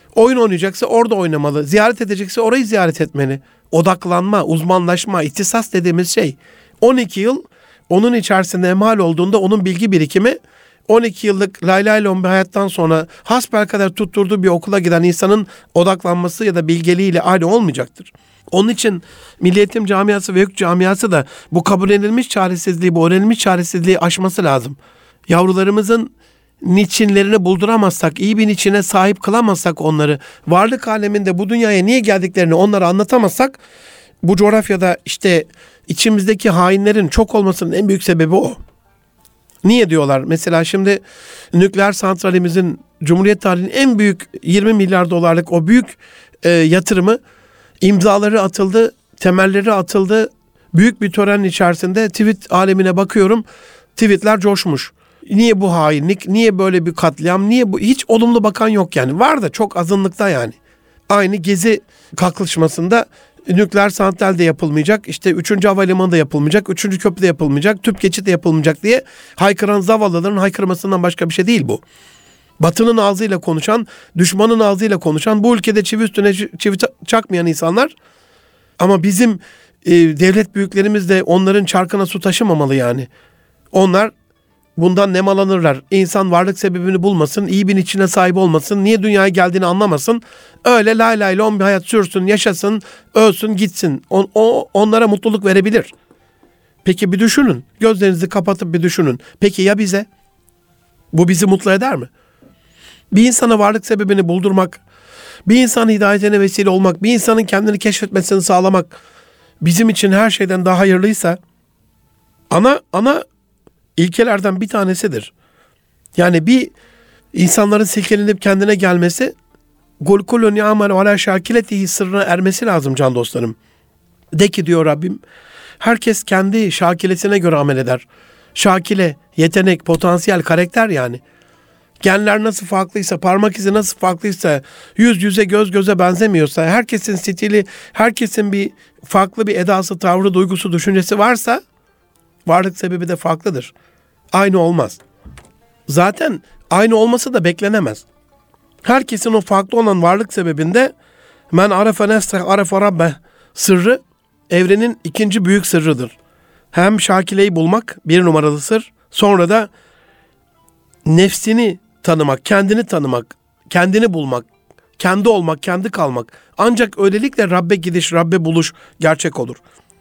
Oyun oynayacaksa orada oynamalı. Ziyaret edecekse orayı ziyaret etmeli. Odaklanma, uzmanlaşma, ihtisas dediğimiz şey. 12 yıl onun içerisinde emhal olduğunda onun bilgi birikimi 12 yıllık lay lay lom bir hayattan sonra hasbelkader tutturduğu bir okula giden insanın odaklanması ya da bilgeliğiyle aynı olmayacaktır. Onun için Milli Eğitim Camiası ve Hukuk Camiası da bu kabul edilmiş çaresizliği, bu öğrenilmiş çaresizliği aşması lazım. Yavrularımızın niçinlerini bulduramazsak, iyi bir niçine sahip kılamazsak onları, varlık aleminde bu dünyaya niye geldiklerini onlara anlatamazsak, bu coğrafyada işte içimizdeki hainlerin çok olmasının en büyük sebebi o. Niye diyorlar? Mesela şimdi nükleer santralimizin Cumhuriyet tarihinin en büyük 20 milyar dolarlık o büyük yatırımı, imzaları atıldı, temelleri atıldı. Büyük bir törenin içerisinde tweet alemine bakıyorum. Tweetler coşmuş. Niye bu hainlik? Niye böyle bir katliam? Niye bu? Hiç olumlu bakan yok yani. Var da çok azınlıkta yani. Aynı Gezi kalkışmasında nükleer santral de yapılmayacak, işte 3. havalimanı da yapılmayacak, 3. köprü de yapılmayacak, tüp geçit de yapılmayacak diye haykıran zavallıların haykırmasından başka bir şey değil bu. Batı'nın ağzıyla konuşan, düşmanın ağzıyla konuşan, bu ülkede çivi üstüne çivi çakmayan insanlar, ama bizim devlet büyüklerimiz de onların çarkına su taşımamalı yani. Onlar bundan nemalanırlar. İnsan varlık sebebini bulmasın, iyi bir içine sahip olmasın, niye dünyaya geldiğini anlamasın. Öyle lay lay lom bir hayat sürsün, yaşasın, ölsün, gitsin. Onlara mutluluk verebilir. Peki bir düşünün. Gözlerinizi kapatıp bir düşünün. Peki ya bize? Bu bizi mutlu eder mi? Bir insana varlık sebebini buldurmak, bir insanın hidayetine vesile olmak, bir insanın kendini keşfetmesini sağlamak bizim için her şeyden daha hayırlıysa, ana ilkelerden bir tanesidir. Yani bir insanların silkelenip kendine gelmesi, "Kul kulun ya'melu ala şakiletihi" sırrına ermesi lazım can dostlarım. De ki diyor Rabbim, herkes kendi şakilesine göre amel eder. Şakile, yetenek, potansiyel, karakter yani. Genler nasıl farklıysa, parmak izi nasıl farklıysa, yüz yüze göz göze benzemiyorsa, herkesin stili, herkesin bir farklı bir edası, tavrı, duygusu, düşüncesi varsa, varlık sebebi de farklıdır. Aynı olmaz. Zaten aynı olması da beklenemez. Herkesin o farklı olan varlık sebebinde men arefe nefseh arefe rabbeh sırrı evrenin ikinci büyük sırrıdır. Hem şakileyi bulmak bir numaralı sır, sonra da nefsini tanımak, kendini tanımak, kendini bulmak, kendi olmak, kendi kalmak. Ancak öylelikle Rabbe gidiş, Rabbe buluş gerçek olur.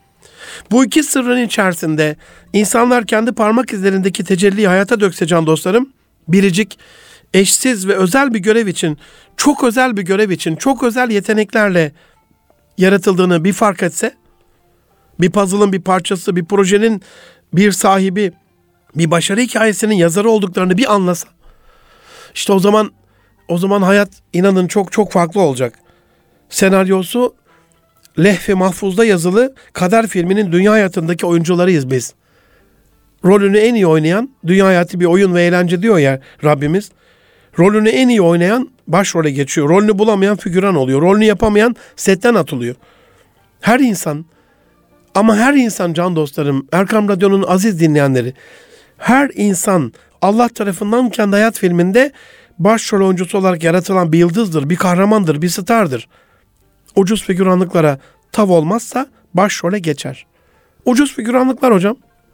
Bu iki sırrın içerisinde insanlar kendi parmak izlerindeki tecelliyi hayata dökse can dostlarım, biricik, eşsiz ve özel bir görev için, çok özel bir görev için, çok özel yeteneklerle yaratıldığını bir fark etse, bir puzzle'ın bir parçası, bir projenin bir sahibi, bir başarı hikayesinin yazarı olduklarını bir anlasa, işte o zaman hayat inanın çok çok farklı olacak. Senaryosu lehf-i mahfuzda yazılı Kader filminin dünya hayatındaki oyuncularıyız biz. Rolünü en iyi oynayan, dünya hayatı bir oyun ve eğlence diyor ya Rabbimiz. Rolünü en iyi oynayan başrole geçiyor. Rolünü bulamayan figüran oluyor. Rolünü yapamayan setten atılıyor. Her insan, ama her insan can dostlarım, Erkam Radyo'nun aziz dinleyenleri, her insan Allah tarafından kendi hayat filminde başrol oyuncusu olarak yaratılan bir yıldızdır, bir kahramandır, bir stardır. Ucuz figüranlıklara tav olmazsa başrole geçer. Ucuz figüranlıklar hocam.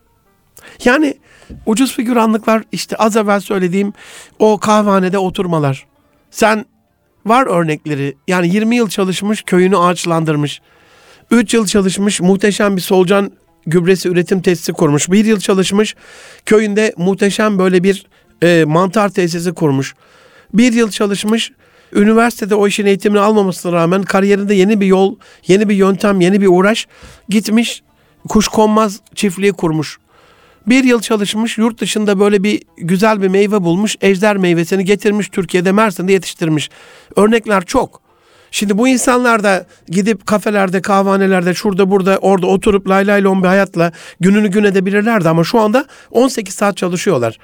Yani ucuz figüranlıklar işte az evvel söylediğim o kahvehanede oturmalar. Sen var örnekleri, yani 20 yıl çalışmış, köyünü ağaçlandırmış. 3 yıl çalışmış, muhteşem bir solucan gübresi üretim tesisi kurmuş. 1 yıl çalışmış, köyünde muhteşem böyle bir mantar tesisi kurmuş. 1 yıl çalışmış, üniversitede o işin eğitimini almamasına rağmen kariyerinde yeni bir yol, yeni bir yöntem, yeni bir uğraş, gitmiş kuşkonmaz çiftliği kurmuş. 1 yıl çalışmış, yurt dışında böyle bir güzel bir meyve bulmuş, ejder meyvesini getirmiş, Türkiye'de Mersin'de yetiştirmiş. Örnekler çok. Şimdi bu insanlar da gidip kafelerde, kahvehanelerde, şurada burada, orada oturup lay lay lom bir hayatla gününü gün edebilirlerdi, ama şu anda 18 saat çalışıyorlar.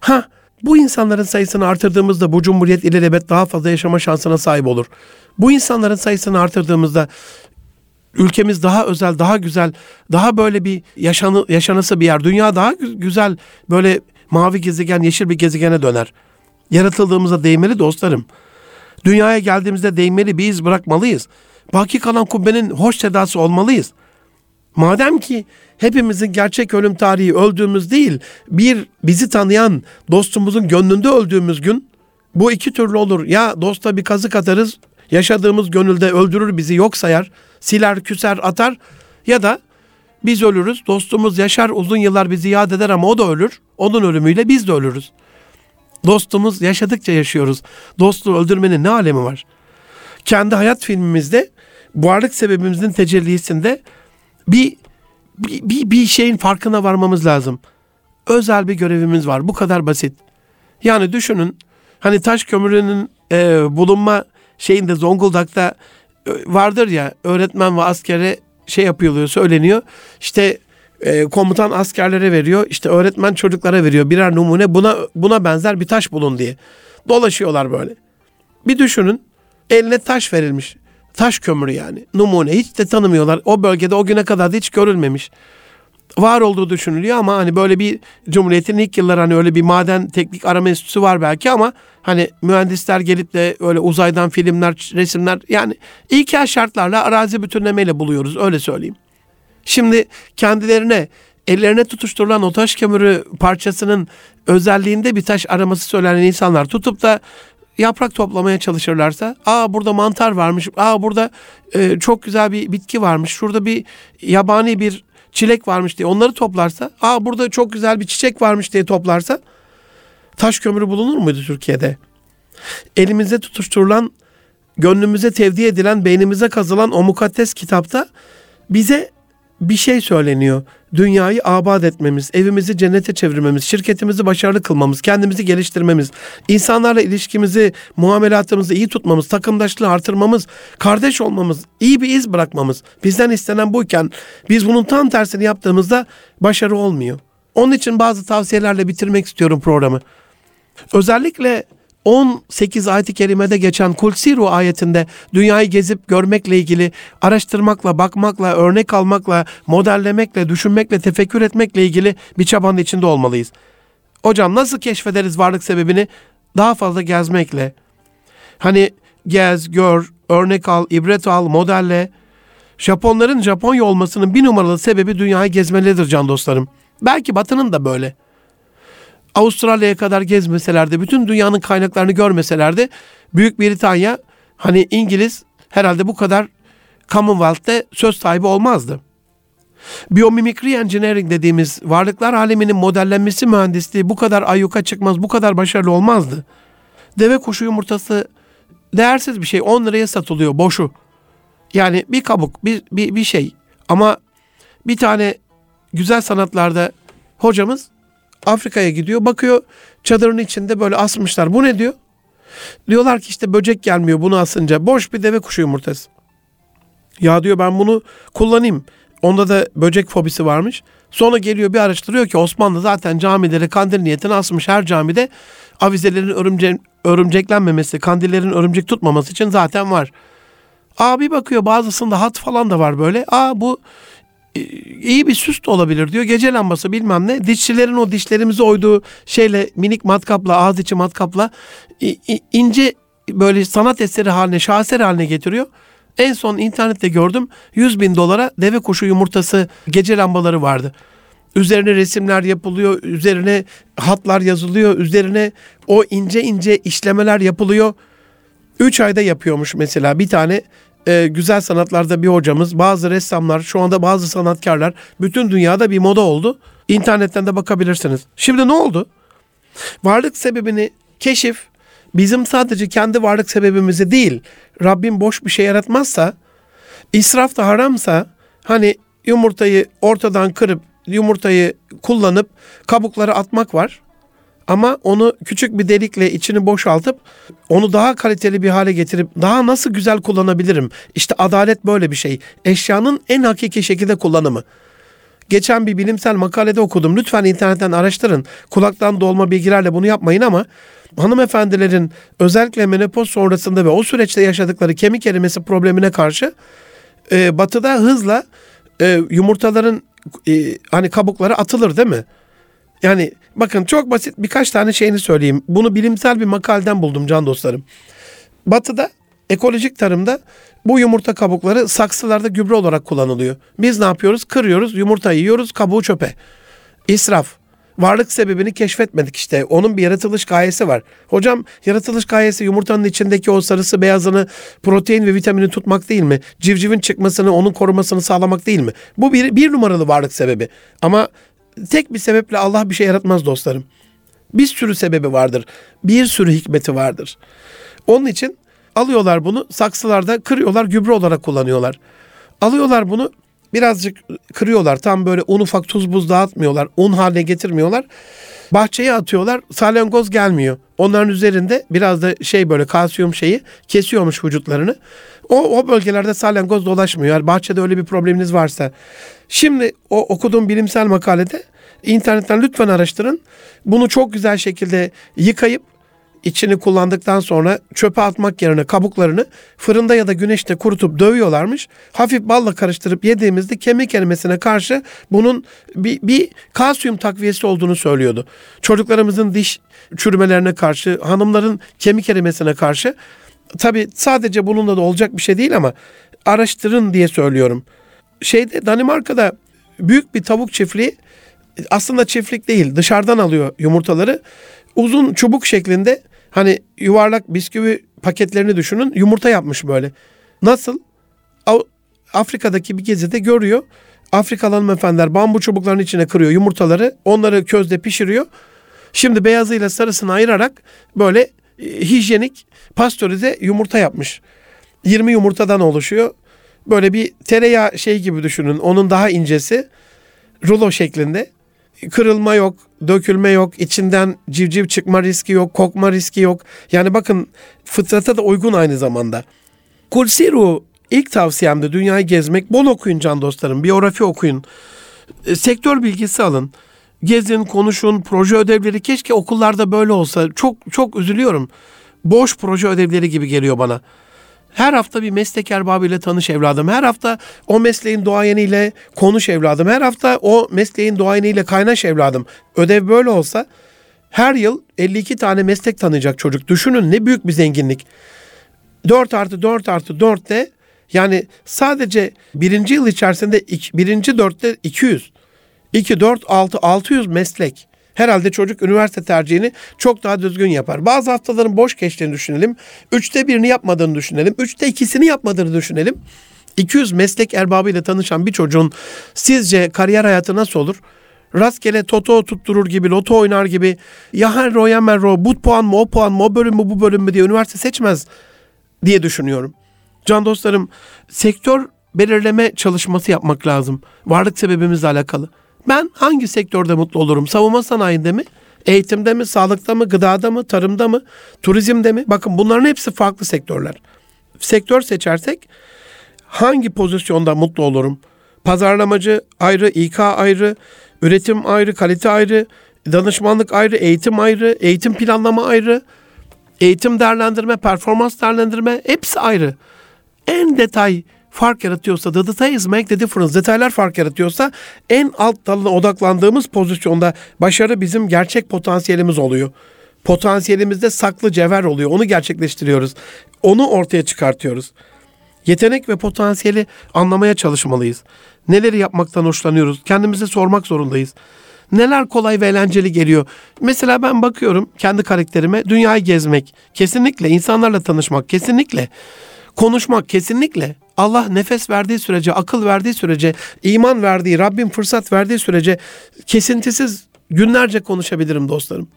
Bu insanların sayısını artırdığımızda bu cumhuriyet ilelebet daha fazla yaşama şansına sahip olur. Bu insanların sayısını artırdığımızda ülkemiz daha özel, daha güzel, daha böyle bir yaşanası bir yer. Dünya daha güzel, böyle mavi gezegen, yeşil bir gezegene döner. Yaratıldığımıza değmeli dostlarım. Dünyaya geldiğimizde değmeli bir iz bırakmalıyız. Baki kalan kubbenin hoş sedası olmalıyız. Madem ki hepimizin gerçek ölüm tarihi öldüğümüz değil, bir bizi tanıyan dostumuzun gönlünde öldüğümüz gün, bu iki türlü olur. Ya dosta bir kazık atarız, yaşadığımız gönülde öldürür bizi, yok sayar, siler, küser, atar, ya da biz ölürüz, dostumuz yaşar, uzun yıllar bizi yad eder ama o da ölür. Onun ölümüyle biz de ölürüz. Dostumuz yaşadıkça yaşıyoruz. Dostluğu öldürmenin ne alemi var? Kendi hayat filmimizde, varlık sebebimizin tecellisinde bir şeyin farkına varmamız lazım. Özel bir görevimiz var. Bu kadar basit. Yani düşünün, hani taş kömürünün bulunma şeyinde, Zonguldak'ta vardır ya, öğretmen ve askere şey yapılıyor, söyleniyor. İşte komutan askerlere veriyor, işte öğretmen çocuklara veriyor birer numune, buna benzer bir taş bulun diye. Dolaşıyorlar böyle. Bir düşünün, eline taş verilmiş. Taş kömürü yani. Numune. Hiç de tanımıyorlar. O bölgede o güne kadar da hiç görülmemiş. Var olduğu düşünülüyor ama hani böyle bir Cumhuriyet'in ilk yılları, hani öyle bir maden teknik arama enstitüsü var belki ama hani mühendisler gelip de öyle uzaydan filmler, resimler, yani ilkel şartlarla arazi bütünlemeyle buluyoruz, öyle söyleyeyim. Şimdi kendilerine, ellerine tutuşturulan o taş kömürü parçasının özelliğinde bir taş araması söylenen insanlar tutup da yaprak toplamaya çalışırlarsa, burada mantar varmış, burada çok güzel bir bitki varmış, şurada bir yabani bir çilek varmış diye onları toplarsa, burada çok güzel bir çiçek varmış diye toplarsa, taş kömürü bulunur muydu Türkiye'de? Elimize tutuşturulan, gönlümüze tevdi edilen, beynimize kazılan o mukaddes kitapta bize bir şey söyleniyor. Dünyayı abad etmemiz, evimizi cennete çevirmemiz, şirketimizi başarılı kılmamız, kendimizi geliştirmemiz, insanlarla ilişkimizi, muamelatımızı iyi tutmamız, takımdaşlığı artırmamız, kardeş olmamız, iyi bir iz bırakmamız. Bizden istenen buyken biz bunun tam tersini yaptığımızda başarı olmuyor. Onun için bazı tavsiyelerle bitirmek istiyorum programı. Özellikle 18 ayet-i kerimede geçen Kul Siru ayetinde dünyayı gezip görmekle ilgili, araştırmakla, bakmakla, örnek almakla, modellemekle, düşünmekle, tefekkür etmekle ilgili bir çabanın içinde olmalıyız. Hocam nasıl keşfederiz varlık sebebini? Daha fazla gezmekle. Hani gez, gör, örnek al, ibret al, modelle. Japonların Japonya olmasının bir numaralı sebebi dünyayı gezmeleridir can dostlarım. Belki Batı'nın da böyle. Avustralya'ya kadar gezmeselerdi, bütün dünyanın kaynaklarını görmeselerdi, Büyük Britanya, hani İngiliz herhalde bu kadar Commonwealth'te söz sahibi olmazdı. Biyomimikri engineering dediğimiz varlıklar aleminin modellenmesi mühendisliği bu kadar ayyuka çıkmaz, bu kadar başarılı olmazdı. Deve kuşu yumurtası değersiz bir şey, 10 liraya satılıyor boşu. Yani bir kabuk, bir şey. Ama bir tane güzel sanatlarda hocamız Afrika'ya gidiyor, bakıyor çadırın içinde böyle asmışlar. Bu ne diyor? Diyorlar ki işte böcek gelmiyor bunu asınca. Boş bir deve kuşu yumurtası. Ya diyor, ben bunu kullanayım. Onda da böcek fobisi varmış. Sonra geliyor bir araştırıyor ki Osmanlı zaten camileri kandil niyetine asmış. Her camide avizelerin örümceklenmemesi, kandillerin örümcek tutmaması için zaten var. Bir bakıyor bazısında hat falan da var böyle. Bu iyi bir süs de olabilir diyor. Gece lambası bilmem ne. Dişçilerin o dişlerimizi oyduğu şeyle, minik matkapla, ağız içi matkapla ince böyle sanat eseri haline, şaheser haline getiriyor. En son internette gördüm, $100.000 deve kuşu yumurtası gece lambaları vardı. Üzerine resimler yapılıyor, üzerine hatlar yazılıyor, üzerine o ince ince işlemeler yapılıyor. 3 ayda yapıyormuş mesela bir tane. Güzel sanatlarda bir hocamız, bazı ressamlar, şu anda bazı sanatkarlar, bütün dünyada bir moda oldu. İnternetten de bakabilirsiniz. Şimdi ne oldu? Varlık sebebini keşif, bizim sadece kendi varlık sebebimizi değil, Rabbim boş bir şey yaratmazsa, israf da haramsa, hani yumurtayı ortadan kırıp, yumurtayı kullanıp kabukları atmak var. Ama onu küçük bir delikle içini boşaltıp onu daha kaliteli bir hale getirip daha nasıl güzel kullanabilirim? İşte adalet böyle bir şey. Eşyanın en hakiki şekilde kullanımı. Geçen bir bilimsel makalede okudum. Lütfen internetten araştırın. Kulaktan dolma bilgilerle bunu yapmayın ama hanımefendilerin özellikle menopoz sonrasında ve o süreçte yaşadıkları kemik erimesi problemine karşı Batı'da hızla yumurtaların hani kabukları atılır değil mi? Yani bakın çok basit birkaç tane şeyini söyleyeyim. Bunu bilimsel bir makaleden buldum can dostlarım. Batı'da ekolojik tarımda bu yumurta kabukları saksılarda gübre olarak kullanılıyor. Biz ne yapıyoruz? Kırıyoruz, yumurtayı yiyoruz, kabuğu çöpe. İsraf. Varlık sebebini keşfetmedik işte. Onun bir yaratılış gayesi var. Hocam yaratılış gayesi yumurtanın içindeki o sarısı beyazını, protein ve vitamini tutmak değil mi? Civcivin çıkmasını, onun korumasını sağlamak değil mi? Bu bir numaralı varlık sebebi. Ama tek bir sebeple Allah bir şey yaratmaz dostlarım. Bir sürü sebebi vardır. Bir sürü hikmeti vardır. Onun için alıyorlar bunu saksılarda kırıyorlar, gübre olarak kullanıyorlar. Alıyorlar bunu birazcık kırıyorlar. Tam böyle un ufak tuz buz dağıtmıyorlar. Un haline getirmiyorlar. Bahçeye atıyorlar. Salyangoz gelmiyor. Onların üzerinde biraz da böyle kalsiyum şeyi kesiyormuş vücutlarını. O bölgelerde salyangoz dolaşmıyor. Yani bahçede öyle bir probleminiz varsa. Şimdi o okuduğum bilimsel makalede internetten lütfen araştırın. Bunu çok güzel şekilde yıkayıp içini kullandıktan sonra çöpe atmak yerine kabuklarını fırında ya da güneşte kurutup dövüyorlarmış. Hafif balla karıştırıp yediğimizde kemik erimesine karşı bunun bir kalsiyum takviyesi olduğunu söylüyordu. Çocuklarımızın diş çürümelerine karşı, hanımların kemik erimesine karşı. Tabii sadece bununla da olacak bir şey değil ama araştırın diye söylüyorum. Danimarka'da büyük bir tavuk çiftliği, aslında çiftlik değil, dışarıdan alıyor yumurtaları. Uzun çubuk şeklinde, hani yuvarlak bisküvi paketlerini düşünün, yumurta yapmış böyle. Nasıl? Afrika'daki bir gezide görüyor. Afrikalı hanımefendiler bambu çubuklarının içine kırıyor yumurtaları. Onları közde pişiriyor. Şimdi beyazıyla sarısını ayırarak böyle hijyenik pastörize yumurta yapmış. 20 yumurtadan oluşuyor. Böyle bir tereyağı gibi düşünün. Onun daha incesi, rulo şeklinde. Kırılma yok, dökülme yok, içinden civciv çıkma riski yok, kokma riski yok. Yani bakın, fıtrata da uygun aynı zamanda. Kulsiru ilk tavsiyemde dünyayı gezmek. Bol okuyun can dostlarım, biyografi okuyun. Sektör bilgisi alın. Gezin, konuşun, proje ödevleri keşke okullarda böyle olsa. Çok çok üzülüyorum. Boş proje ödevleri gibi geliyor bana. Her hafta bir meslek erbabıyla tanış evladım. Her hafta o mesleğin duayeniyle konuş evladım. Her hafta o mesleğin duayeniyle kaynaş evladım. Ödev böyle olsa her yıl 52 tane meslek tanıyacak çocuk. Düşünün ne büyük bir zenginlik. 4+4+4'te yani sadece birinci yıl içerisinde birinci dörtte 200. 2, 4, 6, 600 meslek. Herhalde çocuk üniversite tercihini çok daha düzgün yapar. Bazı haftaların boş geçtiğini düşünelim. 1/3'ünü yapmadığını düşünelim. 2/3'ünü yapmadığını düşünelim. 200 meslek erbabıyla tanışan bir çocuğun sizce kariyer hayatı nasıl olur? Rastgele toto tutturur gibi, loto oynar gibi, ya hemen bu puan mı, o puan mı, o bölüm mü, bu bölüm mü diye üniversite seçmez diye düşünüyorum. Can dostlarım, sektör belirleme çalışması yapmak lazım. Varlık sebebimizle alakalı. Ben hangi sektörde mutlu olurum? Savunma sanayinde mi? Eğitimde mi? Sağlıkta mı? Gıdada mı? Tarımda mı? Turizmde mi? Bakın bunların hepsi farklı sektörler. Sektör seçersek hangi pozisyonda mutlu olurum? Pazarlamacı ayrı, İK ayrı, üretim ayrı, kalite ayrı, danışmanlık ayrı, eğitim ayrı, eğitim planlama ayrı, eğitim değerlendirme, performans değerlendirme hepsi ayrı. En detay fark yaratıyorsa, the details make the difference, detaylar fark yaratıyorsa en alt dalına odaklandığımız pozisyonda başarı bizim gerçek potansiyelimiz oluyor. Potansiyelimizde saklı cevher oluyor. Onu gerçekleştiriyoruz. Onu ortaya çıkartıyoruz. Yetenek ve potansiyeli anlamaya çalışmalıyız. Neleri yapmaktan hoşlanıyoruz? Kendimize sormak zorundayız. Neler kolay ve eğlenceli geliyor? Mesela ben bakıyorum kendi karakterime, dünyayı gezmek, kesinlikle insanlarla tanışmak, kesinlikle konuşmak, kesinlikle Allah nefes verdiği sürece, akıl verdiği sürece, iman verdiği, Rabbim fırsat verdiği sürece kesintisiz günlerce konuşabilirim dostlarım.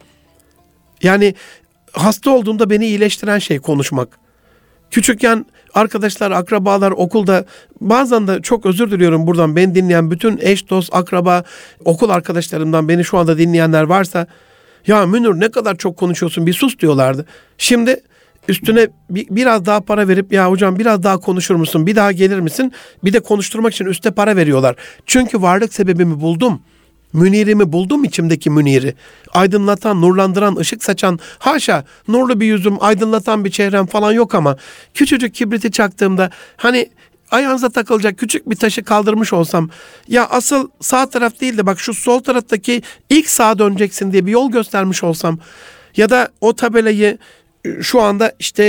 Yani hasta olduğumda beni iyileştiren şey konuşmak. Küçükken arkadaşlar, akrabalar okulda, bazen de çok özür diliyorum buradan beni dinleyen bütün eş, dost, akraba, okul arkadaşlarımdan beni şu anda dinleyenler varsa, ya Münir ne kadar çok konuşuyorsun, bir sus diyorlardı. Şimdi üstüne biraz daha para verip, ya hocam biraz daha konuşur musun, bir daha gelir misin? Bir de konuşturmak için üste para veriyorlar. Çünkü varlık sebebimi buldum. Münirimi buldum, içimdeki müniri. Aydınlatan, nurlandıran, ışık saçan, haşa nurlu bir yüzüm, aydınlatan bir çehrem falan yok ama küçücük kibriti çaktığımda hani ayağınıza takılacak küçük bir taşı kaldırmış olsam, ya asıl sağ taraf değil de bak şu sol taraftaki ilk sağa döneceksin diye bir yol göstermiş olsam, ya da o tabelayı şu anda işte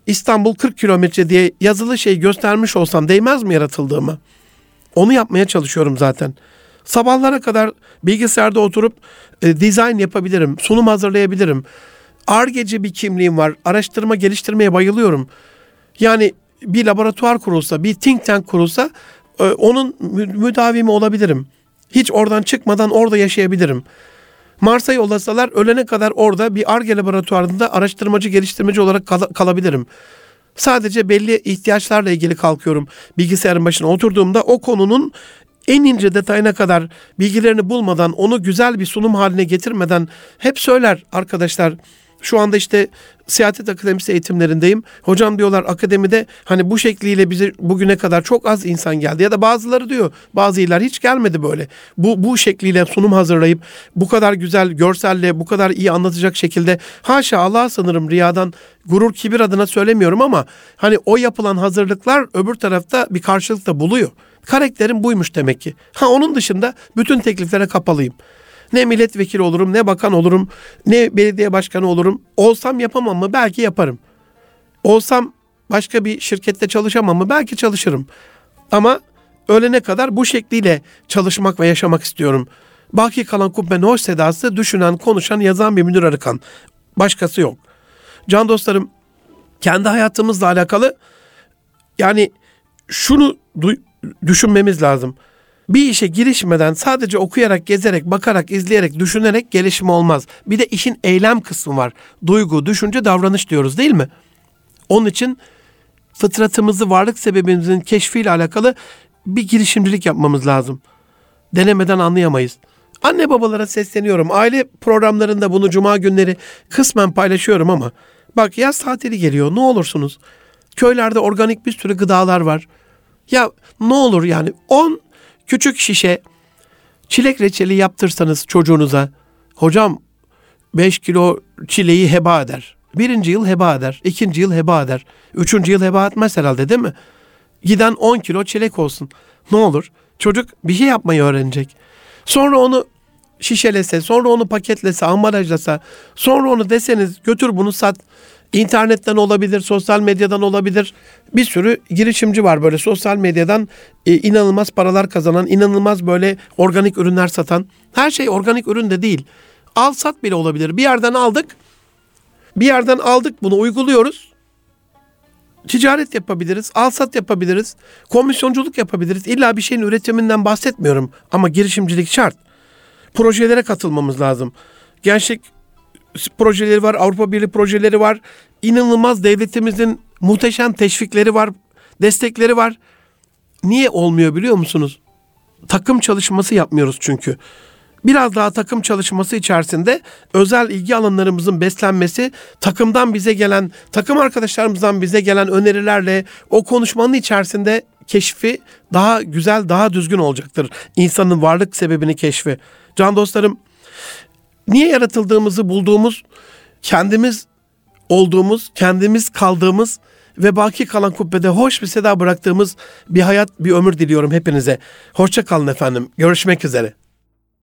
İstanbul 40 kilometre diye yazılı şey göstermiş olsam değmez mi yaratıldığıma? Onu yapmaya çalışıyorum zaten. Sabahlara kadar bilgisayarda oturup dizayn yapabilirim, sunum hazırlayabilirim. Ar-Ge'ci bir kimliğim var. Araştırma, geliştirmeye bayılıyorum. Yani bir laboratuvar kurulsa, bir think tank kurulsa onun müdavimi olabilirim. Hiç oradan çıkmadan orada yaşayabilirim. Mars'a yollasalar ölene kadar orada bir Ar-Ge laboratuvarında araştırmacı, geliştirmeci olarak kalabilirim. Sadece belli ihtiyaçlarla ilgili kalkıyorum. Bilgisayarın başına oturduğumda o konunun en ince detayına kadar bilgilerini bulmadan, onu güzel bir sunum haline getirmeden hep söyler arkadaşlar. Şu anda işte Siyaset Akademisi eğitimlerindeyim. Hocam diyorlar akademide hani bu şekliyle bize bugüne kadar çok az insan geldi. Ya da bazıları diyor, bazı iller hiç gelmedi böyle. Bu şekliyle sunum hazırlayıp bu kadar güzel görselle, bu kadar iyi anlatacak şekilde, haşa Allah'a sanırım riyadan, gurur, kibir adına söylemiyorum ama hani o yapılan hazırlıklar öbür tarafta bir karşılık da buluyor. Karakterim buymuş demek ki. Onun dışında bütün tekliflere kapalıyım. Ne milletvekili olurum, ne bakan olurum, ne belediye başkanı olurum. Olsam yapamam mı? Belki yaparım. Olsam başka bir şirkette çalışamam mı? Belki çalışırım. Ama ölene kadar bu şekliyle çalışmak ve yaşamak istiyorum. Baki kalan kubbenin hoş sedası, düşünen, konuşan, yazan bir Münir Arıkan. Başkası yok. Can dostlarım, kendi hayatımızla alakalı yani şunu düşünmemiz lazım. Bir işe girişmeden sadece okuyarak, gezerek, bakarak, izleyerek, düşünerek gelişim olmaz. Bir de işin eylem kısmı var. Duygu, düşünce, davranış diyoruz değil mi? Onun için fıtratımızı, varlık sebebimizin keşfiyle alakalı bir girişimcilik yapmamız lazım. Denemeden anlayamayız. Anne babalara sesleniyorum. Aile programlarında bunu cuma günleri kısmen paylaşıyorum ama bak yaz tatili geliyor, ne olursunuz. Köylerde organik bir sürü gıdalar var. Ya ne olur yani 10 küçük şişe çilek reçeli yaptırsanız çocuğunuza, hocam 5 kilo çileği heba eder. 1. yıl heba eder, 2. yıl heba eder, 3. yıl heba etmez herhalde değil mi? Giden 10 kilo çilek olsun. Ne olur? Çocuk bir şey yapmayı öğrenecek. Sonra onu şişelese, sonra onu paketlese, ambalajlasa, sonra onu deseniz götür bunu sat. İnternetten olabilir, sosyal medyadan olabilir. Bir sürü girişimci var böyle sosyal medyadan inanılmaz paralar kazanan, inanılmaz böyle organik ürünler satan. Her şey organik ürün de değil. Al sat bile olabilir. Bir yerden aldık bunu uyguluyoruz. Ticaret yapabiliriz, al sat yapabiliriz, komisyonculuk yapabiliriz. İlla bir şeyin üretiminden bahsetmiyorum ama girişimcilik şart. Projelere katılmamız lazım. Gençlik projeleri var, Avrupa Birliği projeleri var. İnanılmaz devletimizin muhteşem teşvikleri var, destekleri var. Niye olmuyor biliyor musunuz? Takım çalışması yapmıyoruz çünkü. Biraz daha takım çalışması içerisinde özel ilgi alanlarımızın beslenmesi, takımdan bize gelen, takım arkadaşlarımızdan bize gelen önerilerle o konuşmanın içerisinde keşfi daha güzel, daha düzgün olacaktır. İnsanın varlık sebebini keşfi. Can dostlarım, niye yaratıldığımızı bulduğumuz, kendimiz olduğumuz, kendimiz kaldığımız ve baki kalan kubbede hoş bir seda bıraktığımız bir hayat, bir ömür diliyorum hepinize. Hoşça kalın efendim. Görüşmek üzere.